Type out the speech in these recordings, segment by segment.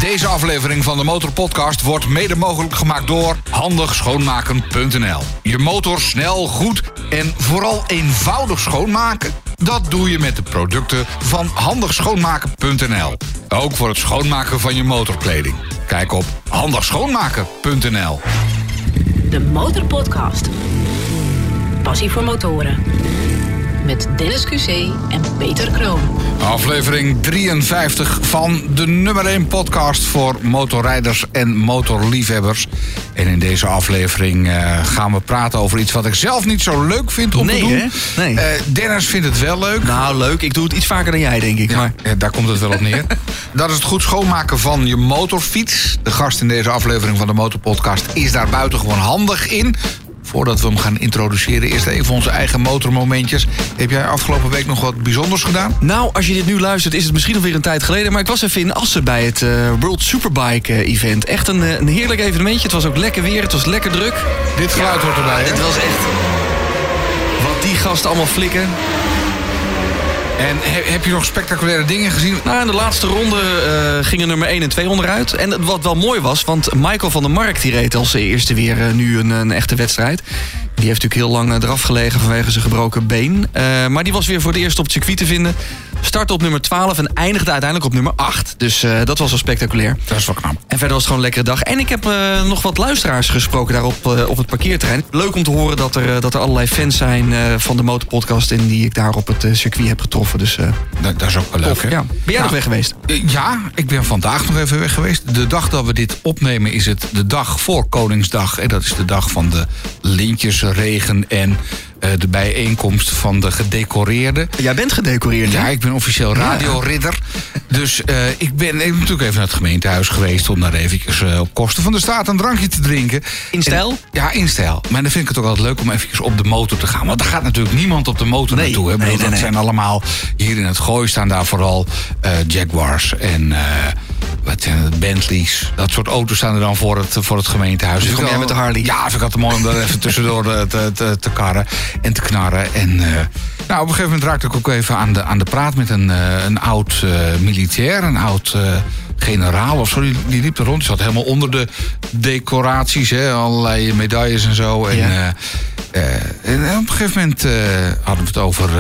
Deze aflevering van de Motorpodcast wordt mede mogelijk gemaakt door handigschoonmaken.nl. Je motor snel, goed en vooral eenvoudig schoonmaken? Dat doe je met de producten van handigschoonmaken.nl. Ook voor het schoonmaken van je motorkleding. Kijk op handigschoonmaken.nl. De Motorpodcast. Passie voor motoren. Met Dennis QC en Peter Kroon. Aflevering 53 van de nummer 1 podcast voor motorrijders en motorliefhebbers. En in deze aflevering gaan we praten over iets wat ik zelf niet zo leuk vind om te doen. Hè? Nee. Dennis vindt het wel leuk. Nou, leuk. Ik doe het iets vaker dan jij, denk ik. Ja, Maar... daar komt het wel op neer. Dat is het goed schoonmaken van je motorfiets. De gast in deze aflevering van de Motorpodcast is daar buitengewoon handig in. Voordat we hem gaan introduceren, eerst even onze eigen motormomentjes. Heb jij afgelopen week nog wat bijzonders gedaan? Nou, als je dit nu luistert, is het misschien alweer een tijd geleden. Maar ik was even in Assen bij het World Superbike Event. Echt een heerlijk evenementje. Het was ook lekker weer, het was lekker druk. Dit geluid hoort erbij, hè? Het was echt... Wat die gasten allemaal flikken. En heb je nog spectaculaire dingen gezien? Nou, in de laatste ronde gingen nummer 1 en 2 onderuit. En wat wel mooi was, want Michael van der Mark die reed als eerste weer nu een echte wedstrijd. Die heeft natuurlijk heel lang eraf gelegen vanwege zijn gebroken been. Maar die was weer voor het eerst op het circuit te vinden. Startte op nummer 12 en eindigde uiteindelijk op nummer 8. Dus dat was wel spectaculair. Dat is wel knap. En verder was het gewoon een lekkere dag. En ik heb nog wat luisteraars gesproken daarop op het parkeerterrein. Leuk om te horen dat er allerlei fans zijn van de Motorpodcast en die ik daar op het circuit heb getroffen. Dus dat is ook wel leuk, hè? Ja. Ben jij nog weg geweest? Ja, ik ben vandaag nog even weg geweest. De dag dat we dit opnemen is het de dag voor Koningsdag. En dat is de dag van de lintjesregen en de bijeenkomst van de gedecoreerden. Jij bent gedecoreerd, hè? Ja, ik ben officieel radioridder. Dus ik ben natuurlijk even naar het gemeentehuis geweest om daar eventjes op kosten van de staat een drankje te drinken. In stijl? Ja, in stijl. Maar dan vind ik het ook altijd leuk om eventjes op de motor te gaan. Want daar gaat natuurlijk niemand op de motor naartoe. Hè? Nee. Dat zijn allemaal, hier in het Gooi staan daar vooral Jaguars en wat zijn het, Bentleys. Dat soort auto's staan er dan voor het gemeentehuis. Dus kom jij met de Harley? Ja, vind ik altijd mooi om daar even tussendoor te karren en te knarren. En nou, op een gegeven moment raakte ik ook even aan de praat met een oud militair, een oud generaal of zo. Die liep er rond. Die zat helemaal onder de decoraties, hè, allerlei medailles en zo. Ja. En op een gegeven moment hadden we het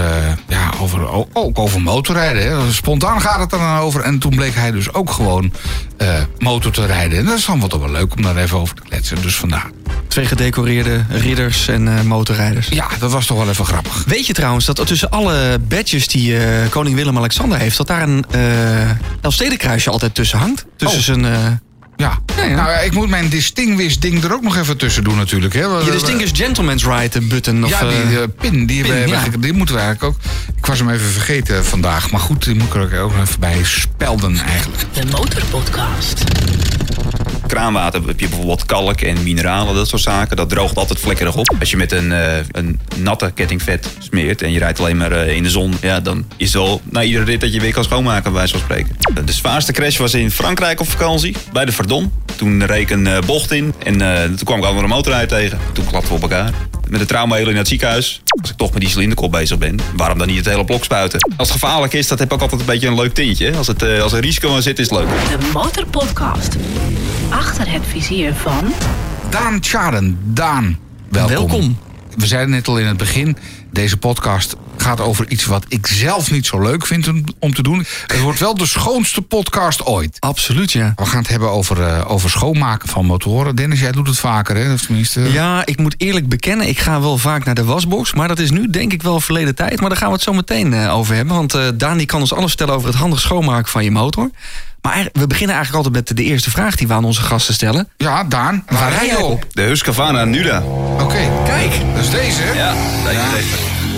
over motorrijden. Hè. Spontaan gaat het er dan over. En toen bleek hij dus ook gewoon motor te rijden. En dat is dan toch wel leuk om daar even over te kletsen. Dus vandaar. 2 gedecoreerde ridders en motorrijders. Ja, dat was toch wel even grappig. Weet je trouwens dat tussen alle badges die koning Willem-Alexander heeft, dat daar een Elfstedenkruisje altijd tussen hangt? Tussen zijn... Ja. Nou ja, ik moet mijn Distinguished ding er ook nog even tussen doen natuurlijk. Hè. Je Distinguished Gentleman's Right button. Of, ja, die pin, die moeten we eigenlijk ook. Ik was hem even vergeten vandaag. Maar goed, die moet ik er ook nog even bij spelden eigenlijk. De Motorpodcast. Kraanwater heb je bijvoorbeeld kalk en mineralen, dat soort zaken. Dat droogt altijd vlekkerig op. Als je met een natte kettingvet smeert en je rijdt alleen maar in de zon, ja, dan is het wel na iedere rit dat je weer kan schoonmaken, bij wijze van spreken. De zwaarste crash was in Frankrijk op vakantie, bij de Verdon. Toen reed ik een bocht in en toen kwam ik al een motorrijder tegen. Toen klapten we op elkaar. Met de trauma heel in het ziekenhuis. Als ik toch met die cilinderkop bezig ben, waarom dan niet het hele blok spuiten? Als het gevaarlijk is, dat heb ook altijd een beetje een leuk tintje. Als er risico aan zit, is het leuk. De Motorpodcast. Achter het vizier van... Daan Tjaden. Daan, welkom. We zeiden net al in het begin, deze podcast gaat over iets wat ik zelf niet zo leuk vind om te doen. Het wordt wel de schoonste podcast ooit. Absoluut, ja. We gaan het hebben over schoonmaken van motoren. Dennis, jij doet het vaker, hè? Of tenminste... Ja, ik moet eerlijk bekennen, ik ga wel vaak naar de wasbox. Maar dat is nu denk ik wel verleden tijd. Maar daar gaan we het zo meteen over hebben. Want Daan die kan ons alles vertellen over het handig schoonmaken van je motor. Maar we beginnen eigenlijk altijd met de eerste vraag die we aan onze gasten stellen. Ja, Daan, waar rij je op? De Husqvarna Nuda. Oké, kijk, dat is deze, hè? Ja, deze.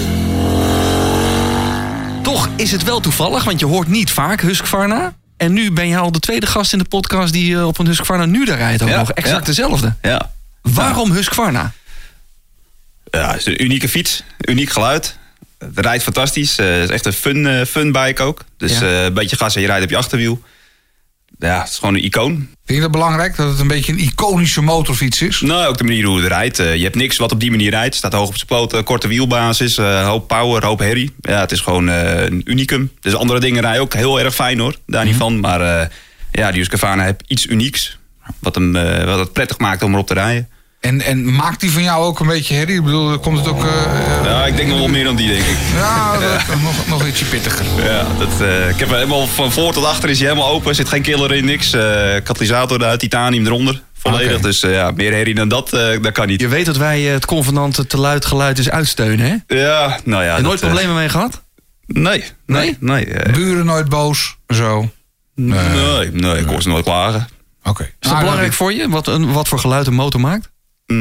Toch is het wel toevallig, want je hoort niet vaak Husqvarna. En nu ben je al de tweede gast in de podcast die op een Husqvarna Nuda rijdt. Ook nog exact dezelfde. Ja. Waarom Husqvarna? Ja, het is een unieke fiets. Uniek geluid. Het rijdt fantastisch. Het is echt een fun bike ook. Dus een beetje gas en je rijdt op je achterwiel. Ja, het is gewoon een icoon. Vind je dat belangrijk, dat het een beetje een iconische motorfiets is? Nou, ook de manier hoe het rijdt. Je hebt niks wat op die manier rijdt. Staat hoog op zijn poten, korte wielbasis, hoop power, hoop herrie. Ja, het is gewoon een unicum. Dus andere dingen rijden ook heel erg fijn hoor, daar niet van. Maar die Husqvarna heeft iets unieks. Wat het prettig maakt om erop te rijden. En maakt die van jou ook een beetje herrie? Ik bedoel, komt het ook... Ja, ik denk nog wel meer dan die, denk ik. Ja, nog ietsje pittiger. Ja, ik heb helemaal van voor tot achter is hij helemaal open. Er zit geen killer in, niks. Katalysator eruit, titanium eronder. Volledig. Okay. Dus meer herrie dan dat kan niet. Je weet dat wij het convenante te luid geluid is uitsteunen, hè? Ja, nou ja. Heb je nooit problemen mee gehad? Nee. Buren nooit boos? Zo? Nee, ik hoor ze nooit klagen. Oké. Is dat belangrijk voor je? Wat voor geluid een motor maakt?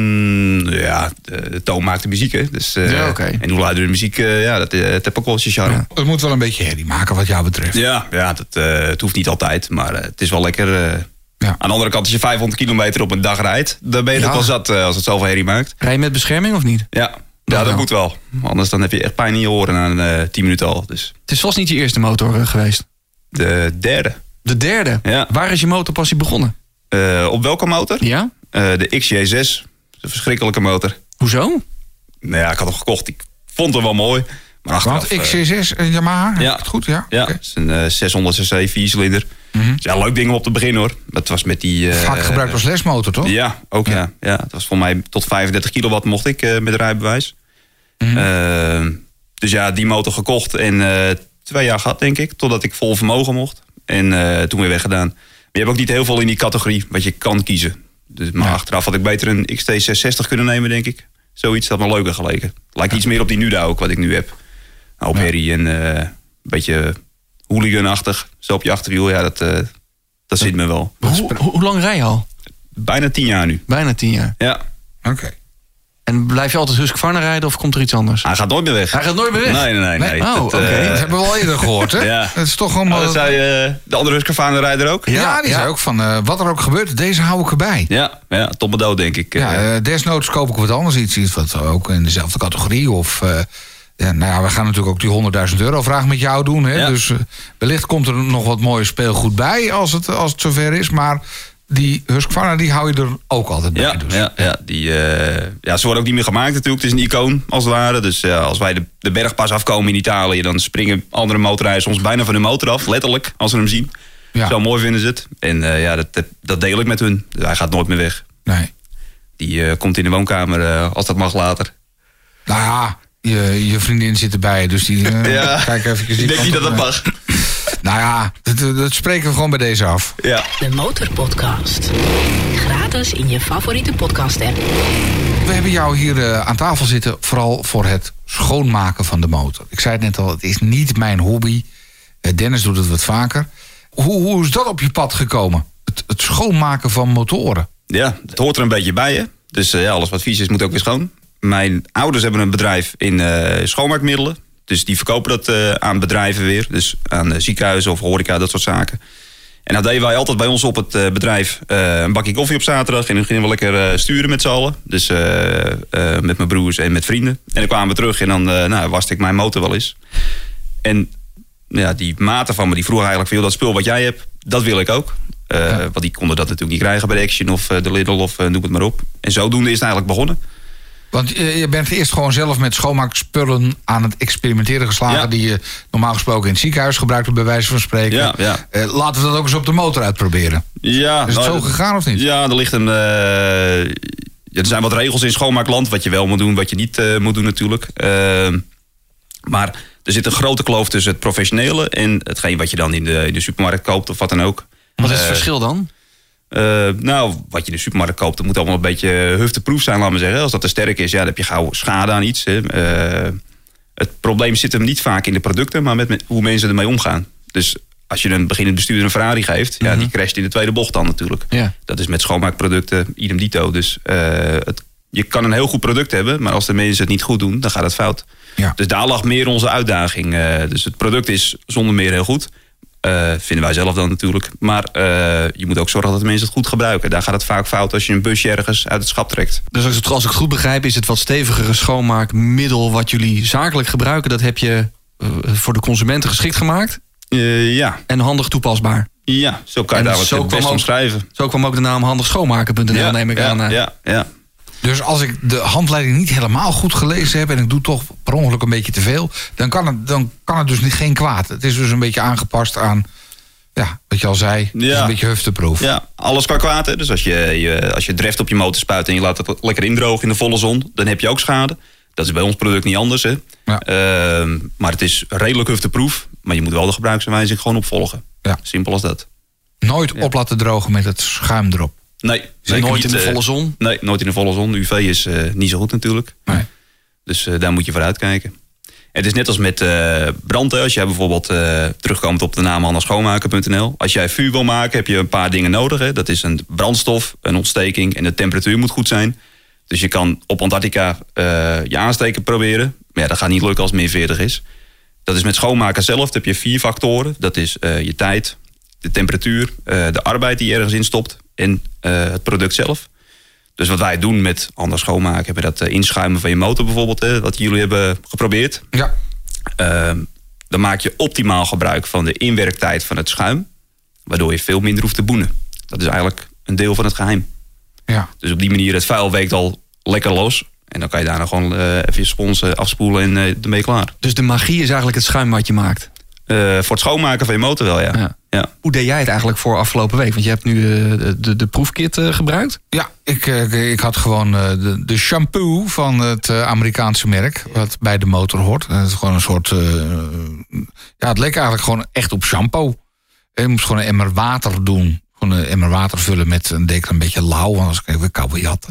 De toon maakt de muziek, hè. Dus, okay. En hoe luider de muziek, dat heb ook wel zijn charme. Het moet wel een beetje herrie maken wat jou betreft. Ja, het hoeft niet altijd, maar het is wel lekker. Aan de andere kant, als je 500 kilometer op een dag rijdt, dan ben je ook wel zat als het zoveel herrie maakt. Rij je met bescherming of niet? Ja, dat moet wel. Anders dan heb je echt pijn in je oren na 10 minuten al. Dus. Het is vast niet je eerste motor geweest? De derde. De derde? Ja. Waar is je motorpassie begonnen? Op welke motor? Ja? De XJ6. Een verschrikkelijke motor. Hoezo? Nou ja, ik had hem gekocht. Ik vond hem wel mooi. Maar achteraf, want XC6 Yamaha, heb ik het goed? Ja, het is een 600 cc 4-cilinder. Ja, leuk ding om op te beginnen, hoor. Dat was met die... Vaak gebruikt als lesmotor, toch? Ja, ook ja. Het was voor mij tot 35 kilowatt mocht ik met rijbewijs. Dus ja, die motor gekocht en 2 jaar gehad, denk ik. Totdat ik vol vermogen mocht. En toen weer weggedaan. Maar je hebt ook niet heel veel in die categorie wat je kan kiezen. Dus, maar achteraf had ik beter een XT660 kunnen nemen, denk ik. Zoiets had me leuker geleken. Lijkt iets meer op die Nuda ook, wat ik nu heb. Op herrie en een beetje hooliganachtig. Zo op je achterwiel, dat zit me wel. Hoe lang rij je al? Bijna 10 jaar nu. Bijna 10 jaar? Ja. Oké. En blijf je altijd Husqvarna rijden of komt er iets anders? Hij gaat nooit meer weg. Hij gaat nooit meer weg? Nee. Oh, dat hebben we al eerder gehoord, hè? Ja. Dat is toch allemaal... dat zei de andere Husqvarna-rijder ook? Ja, die zei ook van, wat er ook gebeurt, deze hou ik erbij. Ja, tot mijn dood, denk ik. Ja, desnoods koop ik wat anders, iets wat ook in dezelfde categorie. Of, we gaan natuurlijk ook die €100.000 vraag met jou doen. Hè? Ja. Dus wellicht komt er nog wat mooie speelgoed bij als het zover is. Maar die Husqvarna, die hou je er ook altijd bij. Ze worden ook niet meer gemaakt natuurlijk. Het is een icoon, als het ware. Dus als wij de bergpas afkomen in Italië, dan springen andere motorrijders soms bijna van hun motor af. Letterlijk, als ze hem zien. Ja. Zo mooi vinden ze het. En dat deel ik met hun. Dus hij gaat nooit meer weg. Nee. Die komt in de woonkamer, als dat mag, later. Nou ja, je vriendin zit erbij. Dus die kijk even. Ik denk niet dat dat mag. Nou ja, dat spreken we gewoon bij deze af. Ja. De Motorpodcast. Gratis in je favoriete podcast-app. We hebben jou hier aan tafel zitten, vooral voor het schoonmaken van de motor. Ik zei het net al, het is niet mijn hobby. Dennis doet het wat vaker. Hoe is dat op je pad gekomen? Het schoonmaken van motoren? Ja, het hoort er een beetje bij, hè. Dus alles wat vies is, moet ook weer schoon. Mijn ouders hebben een bedrijf in schoonmaakmiddelen. Dus die verkopen dat aan bedrijven weer. Dus aan ziekenhuizen of horeca, dat soort zaken. En dan deden wij altijd bij ons op het bedrijf een bakje koffie op zaterdag. En dan gingen we lekker sturen met z'n allen. Dus met mijn broers en met vrienden. En dan kwamen we terug en dan waste ik mijn motor wel eens. En die maten van me, die vroegen eigenlijk veel dat spul wat jij hebt, dat wil ik ook. Want die konden dat natuurlijk niet krijgen bij de Action of de Lidl of noem het maar op. En zodoende is het eigenlijk begonnen. Want je bent eerst gewoon zelf met schoonmaakspullen aan het experimenteren geslagen, die je normaal gesproken in het ziekenhuis gebruikt, bij wijze van spreken. Laten we dat ook eens op de motor uitproberen. Ja, is het zo gegaan of niet? Ja, er ligt een... er zijn wat regels in schoonmaakland, wat je wel moet doen, wat je niet moet doen natuurlijk. Maar er zit een grote kloof tussen het professionele en hetgeen wat je dan in de supermarkt koopt of wat dan ook. Wat is het verschil dan? Wat je in de supermarkt koopt, dat moet allemaal een beetje hufteproof zijn, laat maar zeggen. Als dat te sterk is, dan heb je gauw schade aan iets. Hè. Het probleem zit hem niet vaak in de producten, maar met hoe mensen ermee omgaan. Dus als je een beginnend bestuurder een Ferrari geeft, die crasht in de tweede bocht dan natuurlijk. Ja. Dat is met schoonmaakproducten idem dito. Dus je kan een heel goed product hebben, maar als de mensen het niet goed doen, dan gaat het fout. Ja. Dus daar lag meer onze uitdaging. Dus het product is zonder meer heel goed. Vinden wij zelf dan natuurlijk. Maar je moet ook zorgen dat de mensen het goed gebruiken. Daar gaat het vaak fout als je een busje ergens uit het schap trekt. Dus als ik het goed begrijp, is het wat stevigere schoonmaakmiddel wat jullie zakelijk gebruiken. Dat heb je voor de consumenten geschikt gemaakt? Ja. En handig toepasbaar? Ja, zo kan je daar het best omschrijven. Zo kwam ook de naam handigschoonmaken.nl, neem ik aan. Ja. Dus als ik de handleiding niet helemaal goed gelezen heb en ik doe toch per ongeluk een beetje te veel, dan kan het dus geen kwaad. Het is dus een beetje aangepast aan Ja, wat je al zei, is een beetje hufteproof. Ja, alles kan kwaad. Hè? Dus als je dreft op je motor spuit en je laat het lekker indrogen in de volle zon, dan heb je ook schade. Dat is bij ons product niet anders. Hè? Ja. Maar het is redelijk hufteproof. Maar je moet wel de gebruiksaanwijzing gewoon opvolgen. Ja. Simpel als dat. Nooit op laten drogen met het schuim erop. Nee, Nooit niet, in de volle zon? Nee, nooit in de volle zon. UV is niet zo goed natuurlijk. Nee. Dus daar moet je voor uitkijken. Het is net als met brand. Als jij bijvoorbeeld terugkomt op de naam handigschoonmaken.nl. Als jij vuur wil maken, heb je een paar dingen nodig. Hè? Dat is een brandstof, een ontsteking en de temperatuur moet goed zijn. Dus je kan op Antarctica je aansteken proberen. Maar ja, dat gaat niet lukken als het min 40 is. Dat is met schoonmaken zelf. Dan heb je 4 factoren. Dat is je tijd, de temperatuur, de arbeid die je ergens in stopt en het product zelf. Dus wat wij doen met handig schoonmaken, hebben dat inschuimen van je motor bijvoorbeeld, wat jullie hebben geprobeerd. Ja. Dan maak je optimaal gebruik van de inwerktijd van het schuim, waardoor je veel minder hoeft te boenen. Dat is eigenlijk een deel van het geheim. Ja. Dus op die manier, het vuil weekt al lekker los. En dan kan je daarna gewoon even je spons afspoelen en ermee klaar. Dus de magie is eigenlijk het schuim wat je maakt? Voor het schoonmaken van je motor wel, ja. Hoe deed jij het eigenlijk voor afgelopen week? Want je hebt nu de proefkit gebruikt. Ja, ik had gewoon de shampoo van het Amerikaanse merk, wat bij de motor hoort. Het is gewoon een soort, het leek eigenlijk gewoon echt op shampoo. Je moest gewoon een emmer water doen. Gewoon een emmer water vullen met een deken een beetje lauw, want anders kreeg ik koude jatten.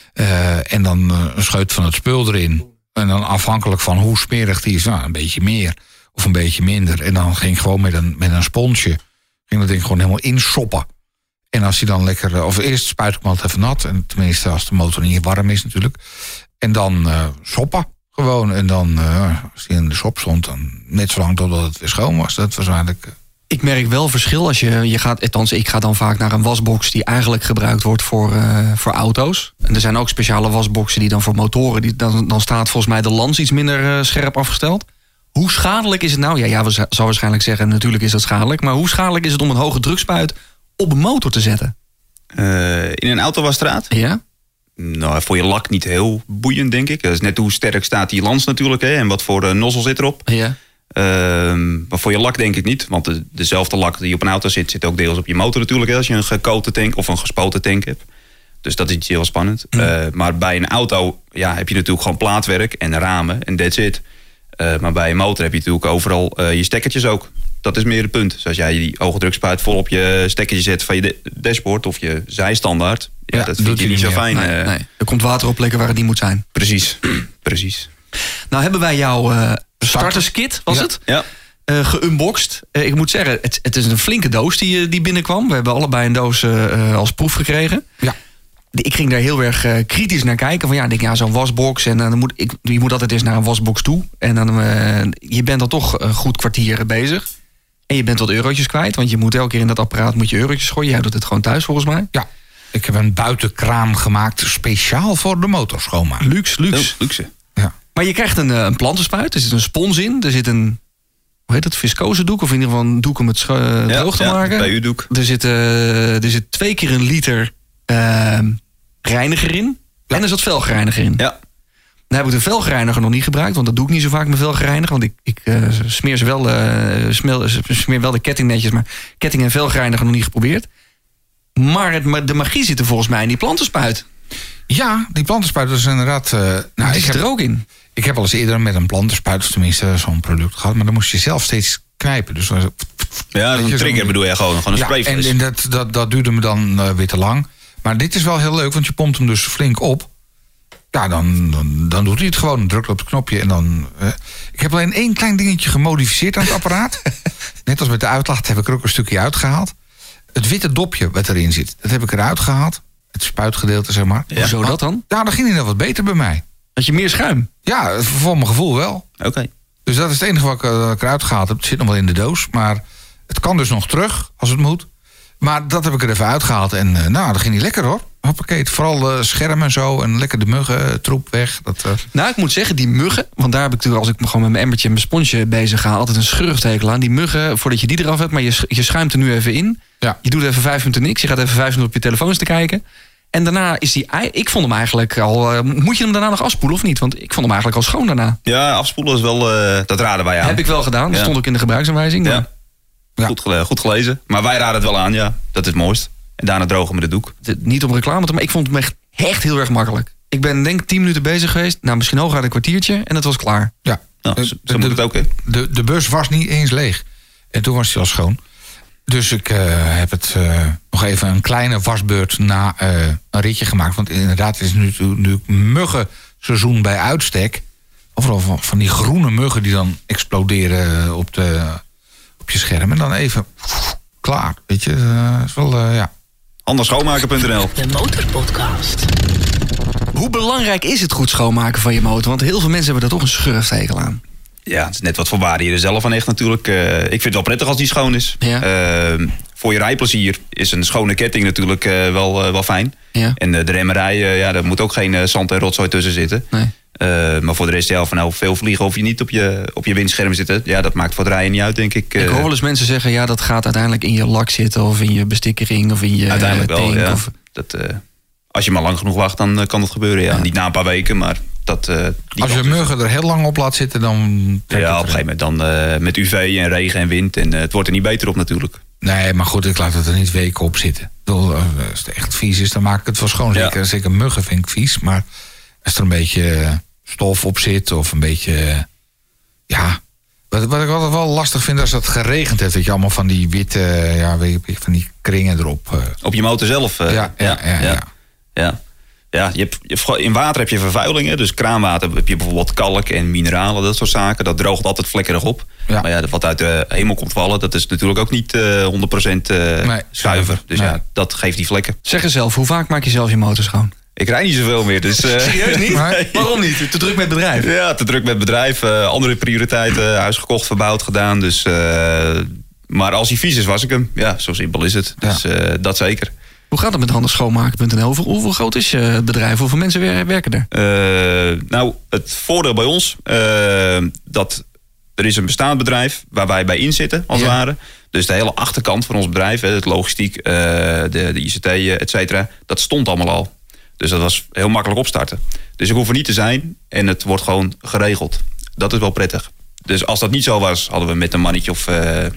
En dan een scheut van het spul erin. En dan afhankelijk van hoe smerig die is, een beetje meer of een beetje minder. En dan ging ik gewoon met een sponsje, ging dat ding gewoon helemaal insoppen. En als hij dan lekker, of eerst spuit ik hem altijd even nat. En tenminste als de motor niet warm is natuurlijk. En dan soppen gewoon. En dan als hij in de sop stond, dan net zo lang totdat het weer schoon was. Dat was eigenlijk... Ik merk wel verschil als je gaat, althans ik ga dan vaak naar een wasbox die eigenlijk gebruikt wordt voor auto's. En er zijn ook speciale wasboxen die dan voor motoren, dan staat volgens mij de lans iets minder scherp afgesteld. Hoe schadelijk is het nou? Ja, we zou waarschijnlijk zeggen, natuurlijk is dat schadelijk. Maar hoe schadelijk is het om een hoge drukspuit op een motor te zetten? In een autowasstraat? Ja. Nou, voor je lak niet heel boeiend, denk ik. Dat is net hoe sterk staat die lans natuurlijk, hè, en wat voor nozzel zit erop. Ja. Maar voor je lak denk ik niet. Want dezelfde lak die op een auto zit ook deels op je motor natuurlijk. Hè, als je een gekoten tank of een gespoten tank hebt. Dus dat is iets heel spannend. Maar bij een auto heb je natuurlijk gewoon plaatwerk en ramen en that's it. Maar bij een motor heb je natuurlijk overal je stekkertjes ook. Dat is meer het punt. Dus als jij die hoge drukspuit vol op je stekkertje zet van je dashboard of je zijstandaard. Ja, dat vind je niet zo fijn. Nee. Er komt water op plekken waar het niet moet zijn. Precies. Precies. Nou hebben wij jouw starterskit, was het? Ja. Geunboxed. Ik moet zeggen, het is een flinke doos die binnenkwam. We hebben allebei een doos als proef gekregen. Ja. Ik ging daar heel erg kritisch naar kijken. Van zo'n wasbox. En dan je moet altijd eens naar een wasbox toe. En dan je bent dan toch een goed kwartier bezig. En je bent wat eurotjes kwijt. Want je moet elke keer in dat apparaat moet je eurotjes gooien. Jij doet het gewoon thuis volgens mij. Ja. Ik heb een buitenkraan gemaakt speciaal voor de motor schoonmaken. Luxe. Ja. Maar je krijgt een plantenspuit. Er zit een spons in. Er zit een, hoe heet het, viscose doek. Of in ieder geval een doek om het droog te maken. Ja, PU-doek. Er zit 2 keer een liter reiniger in. Ja. En er zat velgereiniger in. Ja. Nou heb ik de velgereiniger nog niet gebruikt. Want dat doe ik niet zo vaak met velgereiniger. Want ik smeer wel de kettingnetjes. Maar ketting en velgereiniger nog niet geprobeerd. Maar de magie zit er volgens mij in die plantenspuit. Ja, die plantenspuit is inderdaad... die zit er ook in. Ik heb al eens eerder met een plantenspuit, tenminste zo'n product gehad. Maar dan moest je zelf steeds knijpen. Dus een trigger bedoel je gewoon een sprayfles. En dat duurde me dan weer te lang. Maar dit is wel heel leuk, want je pompt hem dus flink op. Ja, dan doet hij het gewoon. Drukt op het knopje en dan... Ik heb alleen 1 klein dingetje gemodificeerd aan het apparaat. Net als met de uitlaat heb ik er ook een stukje uitgehaald. Het witte dopje wat erin zit, dat heb ik eruit gehaald. Het spuitgedeelte, zeg maar. Ja. Hoezo dat dan? Ja, dan ging hij nog wat beter bij mij. Had je meer schuim? Ja, voor mijn gevoel wel. Oké. Dus dat is het enige wat ik eruit gehaald heb. Het zit nog wel in de doos, maar het kan dus nog terug als het moet. Maar dat heb ik er even uitgehaald en dat ging niet lekker hoor. Hoppakee, vooral scherm en zo en lekker de muggen, troep weg. Nou, ik moet zeggen, die muggen, want daar heb ik natuurlijk, als ik gewoon met mijn emmertje en mijn sponsje bezig ga, altijd een schurftekel aan. Die muggen, voordat je die eraf hebt, maar je schuimt er nu even in. Ja. Je doet even 5 minuten niks, je gaat even 5 minuten op je telefoon te kijken. En daarna is ik vond hem eigenlijk al... moet je hem daarna nog afspoelen of niet? Want ik vond hem eigenlijk al schoon daarna. Ja, afspoelen is wel... dat raden wij aan. Heb ik wel gedaan, dat stond ook in de gebruiksaanwijzing. Ja. Goed gelezen. Maar wij raden het wel aan, ja. Dat is het mooist. En daarna drogen met de doek. Niet om reclame te maken, maar ik vond hem echt heel erg makkelijk. Ik ben denk ik 10 minuten bezig geweest. Nou, misschien hooguit een kwartiertje. En het was klaar. Ja. Nou, zo moet het ook in. De bus was niet eens leeg. En toen was hij al schoon. Dus ik heb het nog even een kleine wasbeurt na een ritje gemaakt. Want inderdaad, het is nu muggenseizoen bij uitstek. Overal van die groene muggen die dan exploderen op je scherm. En dan even klaar. Weet je, is wel, ja. Handigschoonmaken.nl. De Motorpodcast. Hoe belangrijk is het goed schoonmaken van je motor? Want heel veel mensen hebben daar toch een schurftekel aan. Ja, het is net wat voor waarde je er zelf aan hecht natuurlijk. Ik vind het wel prettig als die schoon is. Ja. Voor je rijplezier is een schone ketting natuurlijk wel fijn. Ja. En de remmerij, daar moet ook geen zand en rotzooi tussen zitten. Nee. Maar voor de rest, veel vliegen of je niet op je windscherm zitten. Ja, dat maakt voor het rijden niet uit, denk ik. Ik hoor wel eens mensen zeggen, ja, dat gaat uiteindelijk in je lak zitten. Of in je bestikkering, of in je uiteindelijk tank. wel, ja. Of... Als je maar lang genoeg wacht, dan kan dat gebeuren. Ja. Niet na een paar weken, maar dat... Als je muggen er heel lang op laat zitten, dan... Ja, op een gegeven moment dan met UV en regen en wind. En het wordt er niet beter op natuurlijk. Nee, maar goed, ik laat het er niet weken op zitten. Ik bedoel, als het echt vies is, dan maak ik het wel schoon. Ja. Zeker muggen vind ik vies. Maar als er een beetje stof op zit of een beetje... ja, wat ik altijd wel lastig vind als het geregend heeft. Dat je allemaal van die witte, van die kringen erop... Op je motor zelf. Ja, in water heb je vervuilingen. Dus kraanwater heb je bijvoorbeeld kalk en mineralen, dat soort zaken. Dat droogt altijd vlekkerig op. Ja. Maar ja, wat uit de hemel komt vallen, dat is natuurlijk ook niet 100% zuiver. Dus ja, dat geeft die vlekken. Zeg eens zelf, hoe vaak maak je zelf je motor schoon? Ik rijd niet zoveel meer. Dus, Serieus niet? Nee. Waarom niet? Te druk met bedrijf? Ja, te druk met bedrijf. Andere prioriteiten. Huis gekocht, verbouwd, gedaan. Dus, maar als hij vies is, was ik hem. Ja, zo simpel is het. Dus dat zeker. Hoe gaat het met handigschoonmaken.nl? Hoeveel groot is je bedrijf? Hoeveel mensen werken er? Nou, het voordeel bij ons... dat er is een bestaand bedrijf waar wij bij in zitten, als het ware. Dus de hele achterkant van ons bedrijf, het logistiek, de ICT, et cetera... dat stond allemaal al. Dus dat was heel makkelijk opstarten. Dus ik hoef er niet te zijn en het wordt gewoon geregeld. Dat is wel prettig. Dus als dat niet zo was, hadden we met een mannetje of...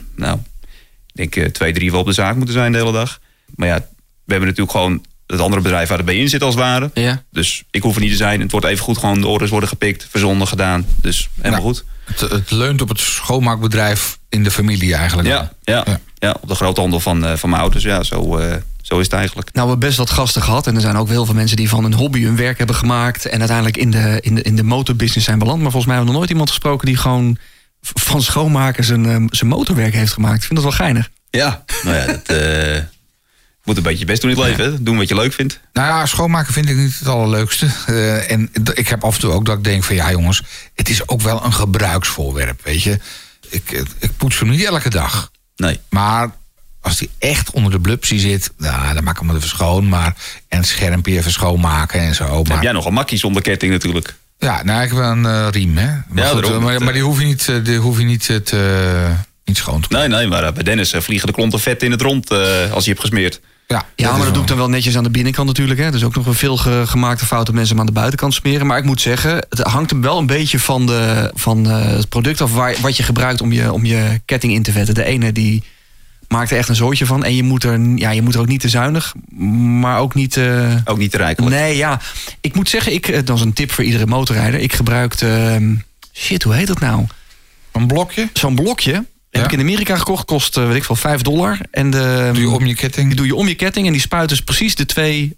ik denk 2-3 wel op de zaak moeten zijn de hele dag. Maar ja, we hebben natuurlijk gewoon het andere bedrijf waar erbij in zit als het ware. Ja. Dus ik hoef er niet te zijn. Het wordt even goed gewoon, de orders worden gepikt, verzonden, gedaan. Dus helemaal goed. Het leunt op het schoonmaakbedrijf in de familie eigenlijk. Ja, op de groothandel van mijn ouders. Ja, zo is het eigenlijk. Nou, we hebben best wat gasten gehad. En er zijn ook heel veel mensen die van hun hobby hun werk hebben gemaakt. En uiteindelijk in de motorbusiness zijn beland. Maar volgens mij hebben we nog nooit iemand gesproken die gewoon van schoonmaken zijn motorwerk heeft gemaakt. Ik vind dat wel geinig. Ja, nou ja, dat... moet een beetje je best doen in het leven. Hè? Doen wat je leuk vindt. Nou ja, schoonmaken vind ik niet het allerleukste. En ik heb af en toe ook dat ik denk van... ja jongens, het is ook wel een gebruiksvoorwerp, weet je. Ik poets hem niet elke dag. Nee. Maar als die echt onder de blupsie zit... nou, dan maak ik hem even schoon. En het schermpje even schoonmaken en zo. Maar... Heb jij nog een makkie zonder ketting natuurlijk? Ja, nou, ik heb wel een riem, hè. Maar, ja, goed, maar die hoef je niet schoon te maken. Nee, maar bij Dennis vliegen de klonten vet in het rond als je hebt gesmeerd. Ja, maar dat doe ik dan wel netjes aan de binnenkant natuurlijk. Hè. Dus ook nog wel veel gemaakte fouten mensen hem aan de buitenkant smeren. Maar ik moet zeggen, het hangt hem wel een beetje van het product af... wat je gebruikt om je ketting in te vetten. De ene die maakt er echt een zootje van. En je moet er ook niet te zuinig, maar ook niet... Ook niet te rijkelijk. Nee, ja. Ik moet zeggen, dat is een tip voor iedere motorrijder. Ik gebruikte... hoe heet dat nou? Een blokje? Zo'n blokje. Heb ik in Amerika gekocht, kost weet ik veel $5. En doe je om je ketting? Die doe je om je ketting en die spuit dus precies de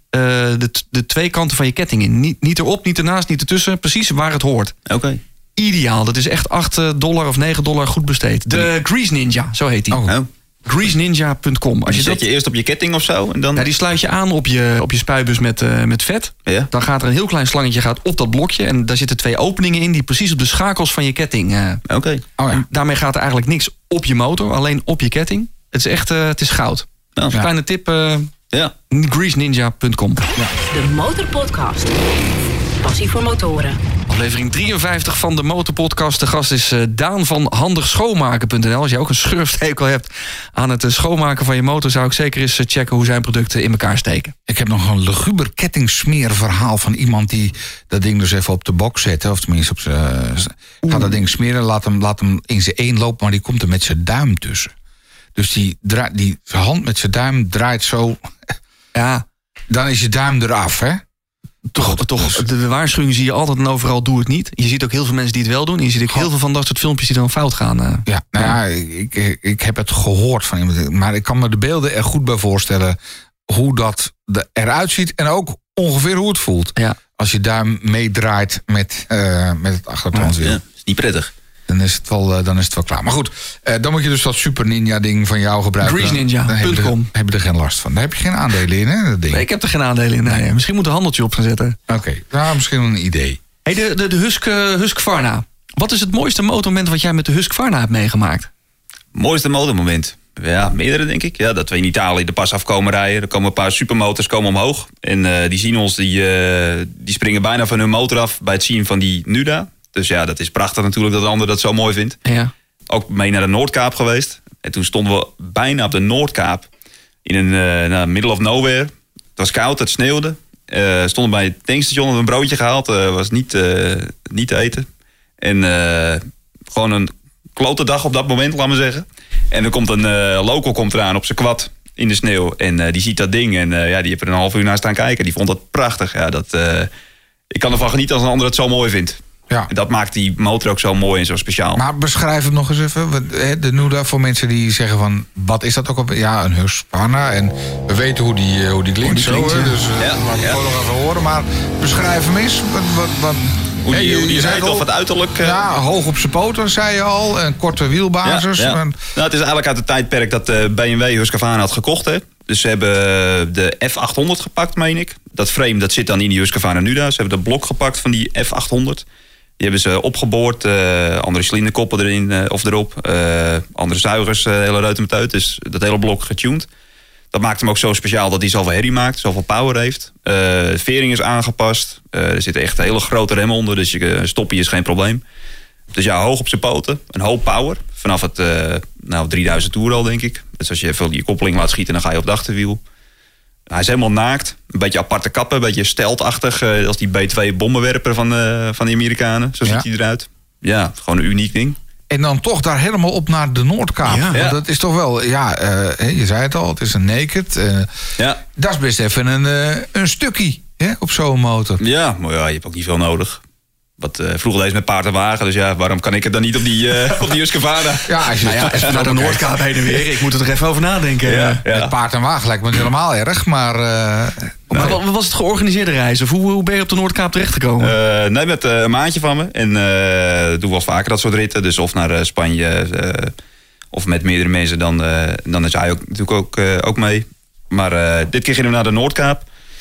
twee kanten van je ketting in. Niet erop, niet ernaast, niet ertussen. Precies waar het hoort. Oké. Ideaal. Dat is echt $8 of $9 goed besteed. De Grease Ninja, zo heet die. Oh. GreaseNinja.com. Als je zet je eerst op je ketting of zo? En dan... Ja, die sluit je aan op je spuitbus met vet. Ja. Dan gaat er een heel klein slangetje op dat blokje. En daar zitten 2 openingen in die precies op de schakels van je ketting... Oké. Oh, ja. En daarmee gaat er eigenlijk niks op je motor, alleen op je ketting. Het is echt het is goud. Ja. Kleine tip, GreaseNinja.com. De Motorpodcast. Passie voor motoren. Aflevering 53 van de Motorpodcast. De gast is Daan van handigschoonmaken.nl. Als je ook een schurftekel hebt aan het schoonmaken van je motor... zou ik zeker eens checken hoe zijn producten in elkaar steken. Ik heb nog een luguber kettingsmeerverhaal van iemand die dat ding dus even op de box zet. Of tenminste op zijn... Gaat dat ding smeren, laat hem in zijn één lopen, maar die komt er met zijn duim tussen. Dus die hand met zijn duim draait zo. Ja. Dan is je duim eraf, hè? Toch, de waarschuwing zie je altijd en overal, doe het niet. Je ziet ook heel veel mensen die het wel doen. En je ziet ook heel veel van dat soort filmpjes die dan fout gaan. Ik heb het gehoord van iemand. Maar ik kan me de beelden er goed bij voorstellen hoe dat eruit ziet. En ook ongeveer hoe het voelt. Ja. Als je duim meedraait met het achtertandwiel. Ja, is niet prettig. Dan is het wel klaar. Maar goed, dan moet je dus dat Super Ninja ding van jou gebruiken. GreaseNinja.com. Heb je er geen last van. Daar heb je geen aandelen in, hè? Dat ding. Nee, ik heb er geen aandelen in. Nee. Misschien moet een handeltje op gaan zetten. Oké, nou, misschien een idee. Hey, de Husqvarna. Wat is het mooiste motormoment wat jij met de Husqvarna hebt meegemaakt? Mooiste motormoment? Ja, meerdere denk ik. Ja, dat we in Italië de pas afkomen rijden. Er komen een paar supermotors omhoog. En die zien ons, die springen bijna van hun motor af bij het zien van die Nuda. Dus ja, dat is prachtig natuurlijk dat de ander dat zo mooi vindt. Ja. Ook mee naar de Noordkaap geweest. En toen stonden we bijna op de Noordkaap. In een middle of nowhere. Het was koud, het sneeuwde. Stonden bij het tankstation, hadden een broodje gehaald. Was niet te eten. En gewoon een klote dag op dat moment, laat maar zeggen. En dan komt een local eraan op zijn quad in de sneeuw. En die ziet dat ding. En die heeft er een half uur naar staan kijken. Die vond dat prachtig. Ja, ik kan ervan genieten als een ander het zo mooi vindt. Ja. En dat maakt die motor ook zo mooi en zo speciaal. Maar beschrijf het nog eens even. De Nuda, voor mensen die zeggen van... wat is dat ook op? Ja, een Husqvarna. En we weten hoe die klinkt. Dus laten we nog even horen. Maar beschrijf hem eens. Hoe die rijdt of het uiterlijk... Ja, hoog op zijn poten, zei je al. Een korte wielbasis. Ja. Nou, het is eigenlijk uit het tijdperk dat BMW Husqvarna had gekocht. Hè. Dus ze hebben de F800 gepakt, meen ik. Dat frame dat zit dan in die Husqvarna Nuda. Ze hebben de blok gepakt van die F800. Die hebben ze opgeboord. Andere cilinderkoppen erin of erop. Andere zuigers, hele ruiten met uit. Dus dat hele blok getuned. Dat maakt hem ook zo speciaal dat hij zoveel herrie maakt. Zoveel power heeft. De vering is aangepast. Er zitten echt hele grote remmen onder. Dus je stoppie is geen probleem. Dus ja, hoog op zijn poten. Een hoop power. Vanaf het 3000 toer al, denk ik. Dus als je even die koppeling laat schieten, dan ga je op het achterwiel. Hij is helemaal naakt. Een beetje aparte kappen. Een beetje steltachtig. Als die B2 bommenwerper van de Amerikanen. Zo ziet hij eruit. Ja, gewoon een uniek ding. En dan toch daar helemaal op naar de Noordkaap. Ja. Want dat is toch wel... je zei het al, het is een naked. Dat is best even een stukje op zo'n motor. Ja, maar ja, je hebt ook niet veel nodig. Vroeger deed met paard en wagen. Dus ja, waarom kan ik het dan niet op die Husqvarna? Ja, als je naar de Noordkaap heen en weer. Ik moet er even over nadenken. Ja. Met paard en wagen lijkt me helemaal erg. Maar was het georganiseerde reis? Of hoe ben je op de Noordkaap terechtgekomen? Nee, met een maatje van me. En doen we wel vaker dat soort ritten. Dus of naar Spanje of met meerdere mensen. Dan is hij ook, natuurlijk ook mee. Maar dit keer gingen we naar de Noordkaap.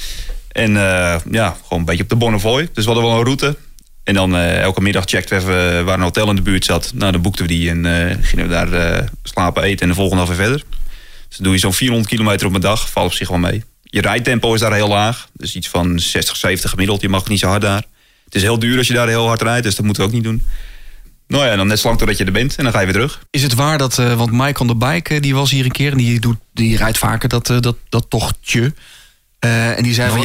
En gewoon een beetje op de Bonnefoy. Dus we hadden wel een route. En dan elke middag checkten we even waar een hotel in de buurt zat. Nou, dan boekten we die en gingen we daar slapen, eten en de volgende dag weer verder. Dus dan doe je zo'n 400 kilometer op een dag. Valt op zich wel mee. Je rijtempo is daar heel laag. Dus iets van 60, 70 gemiddeld. Je mag niet zo hard daar. Het is heel duur als je daar heel hard rijdt. Dus dat moeten we ook niet doen. Nou ja, dan net zolang totdat je er bent. En dan ga je weer terug. Is het waar dat... want Mike on the Bike, die was hier een keer. En die rijdt vaker dat tochtje. En die zei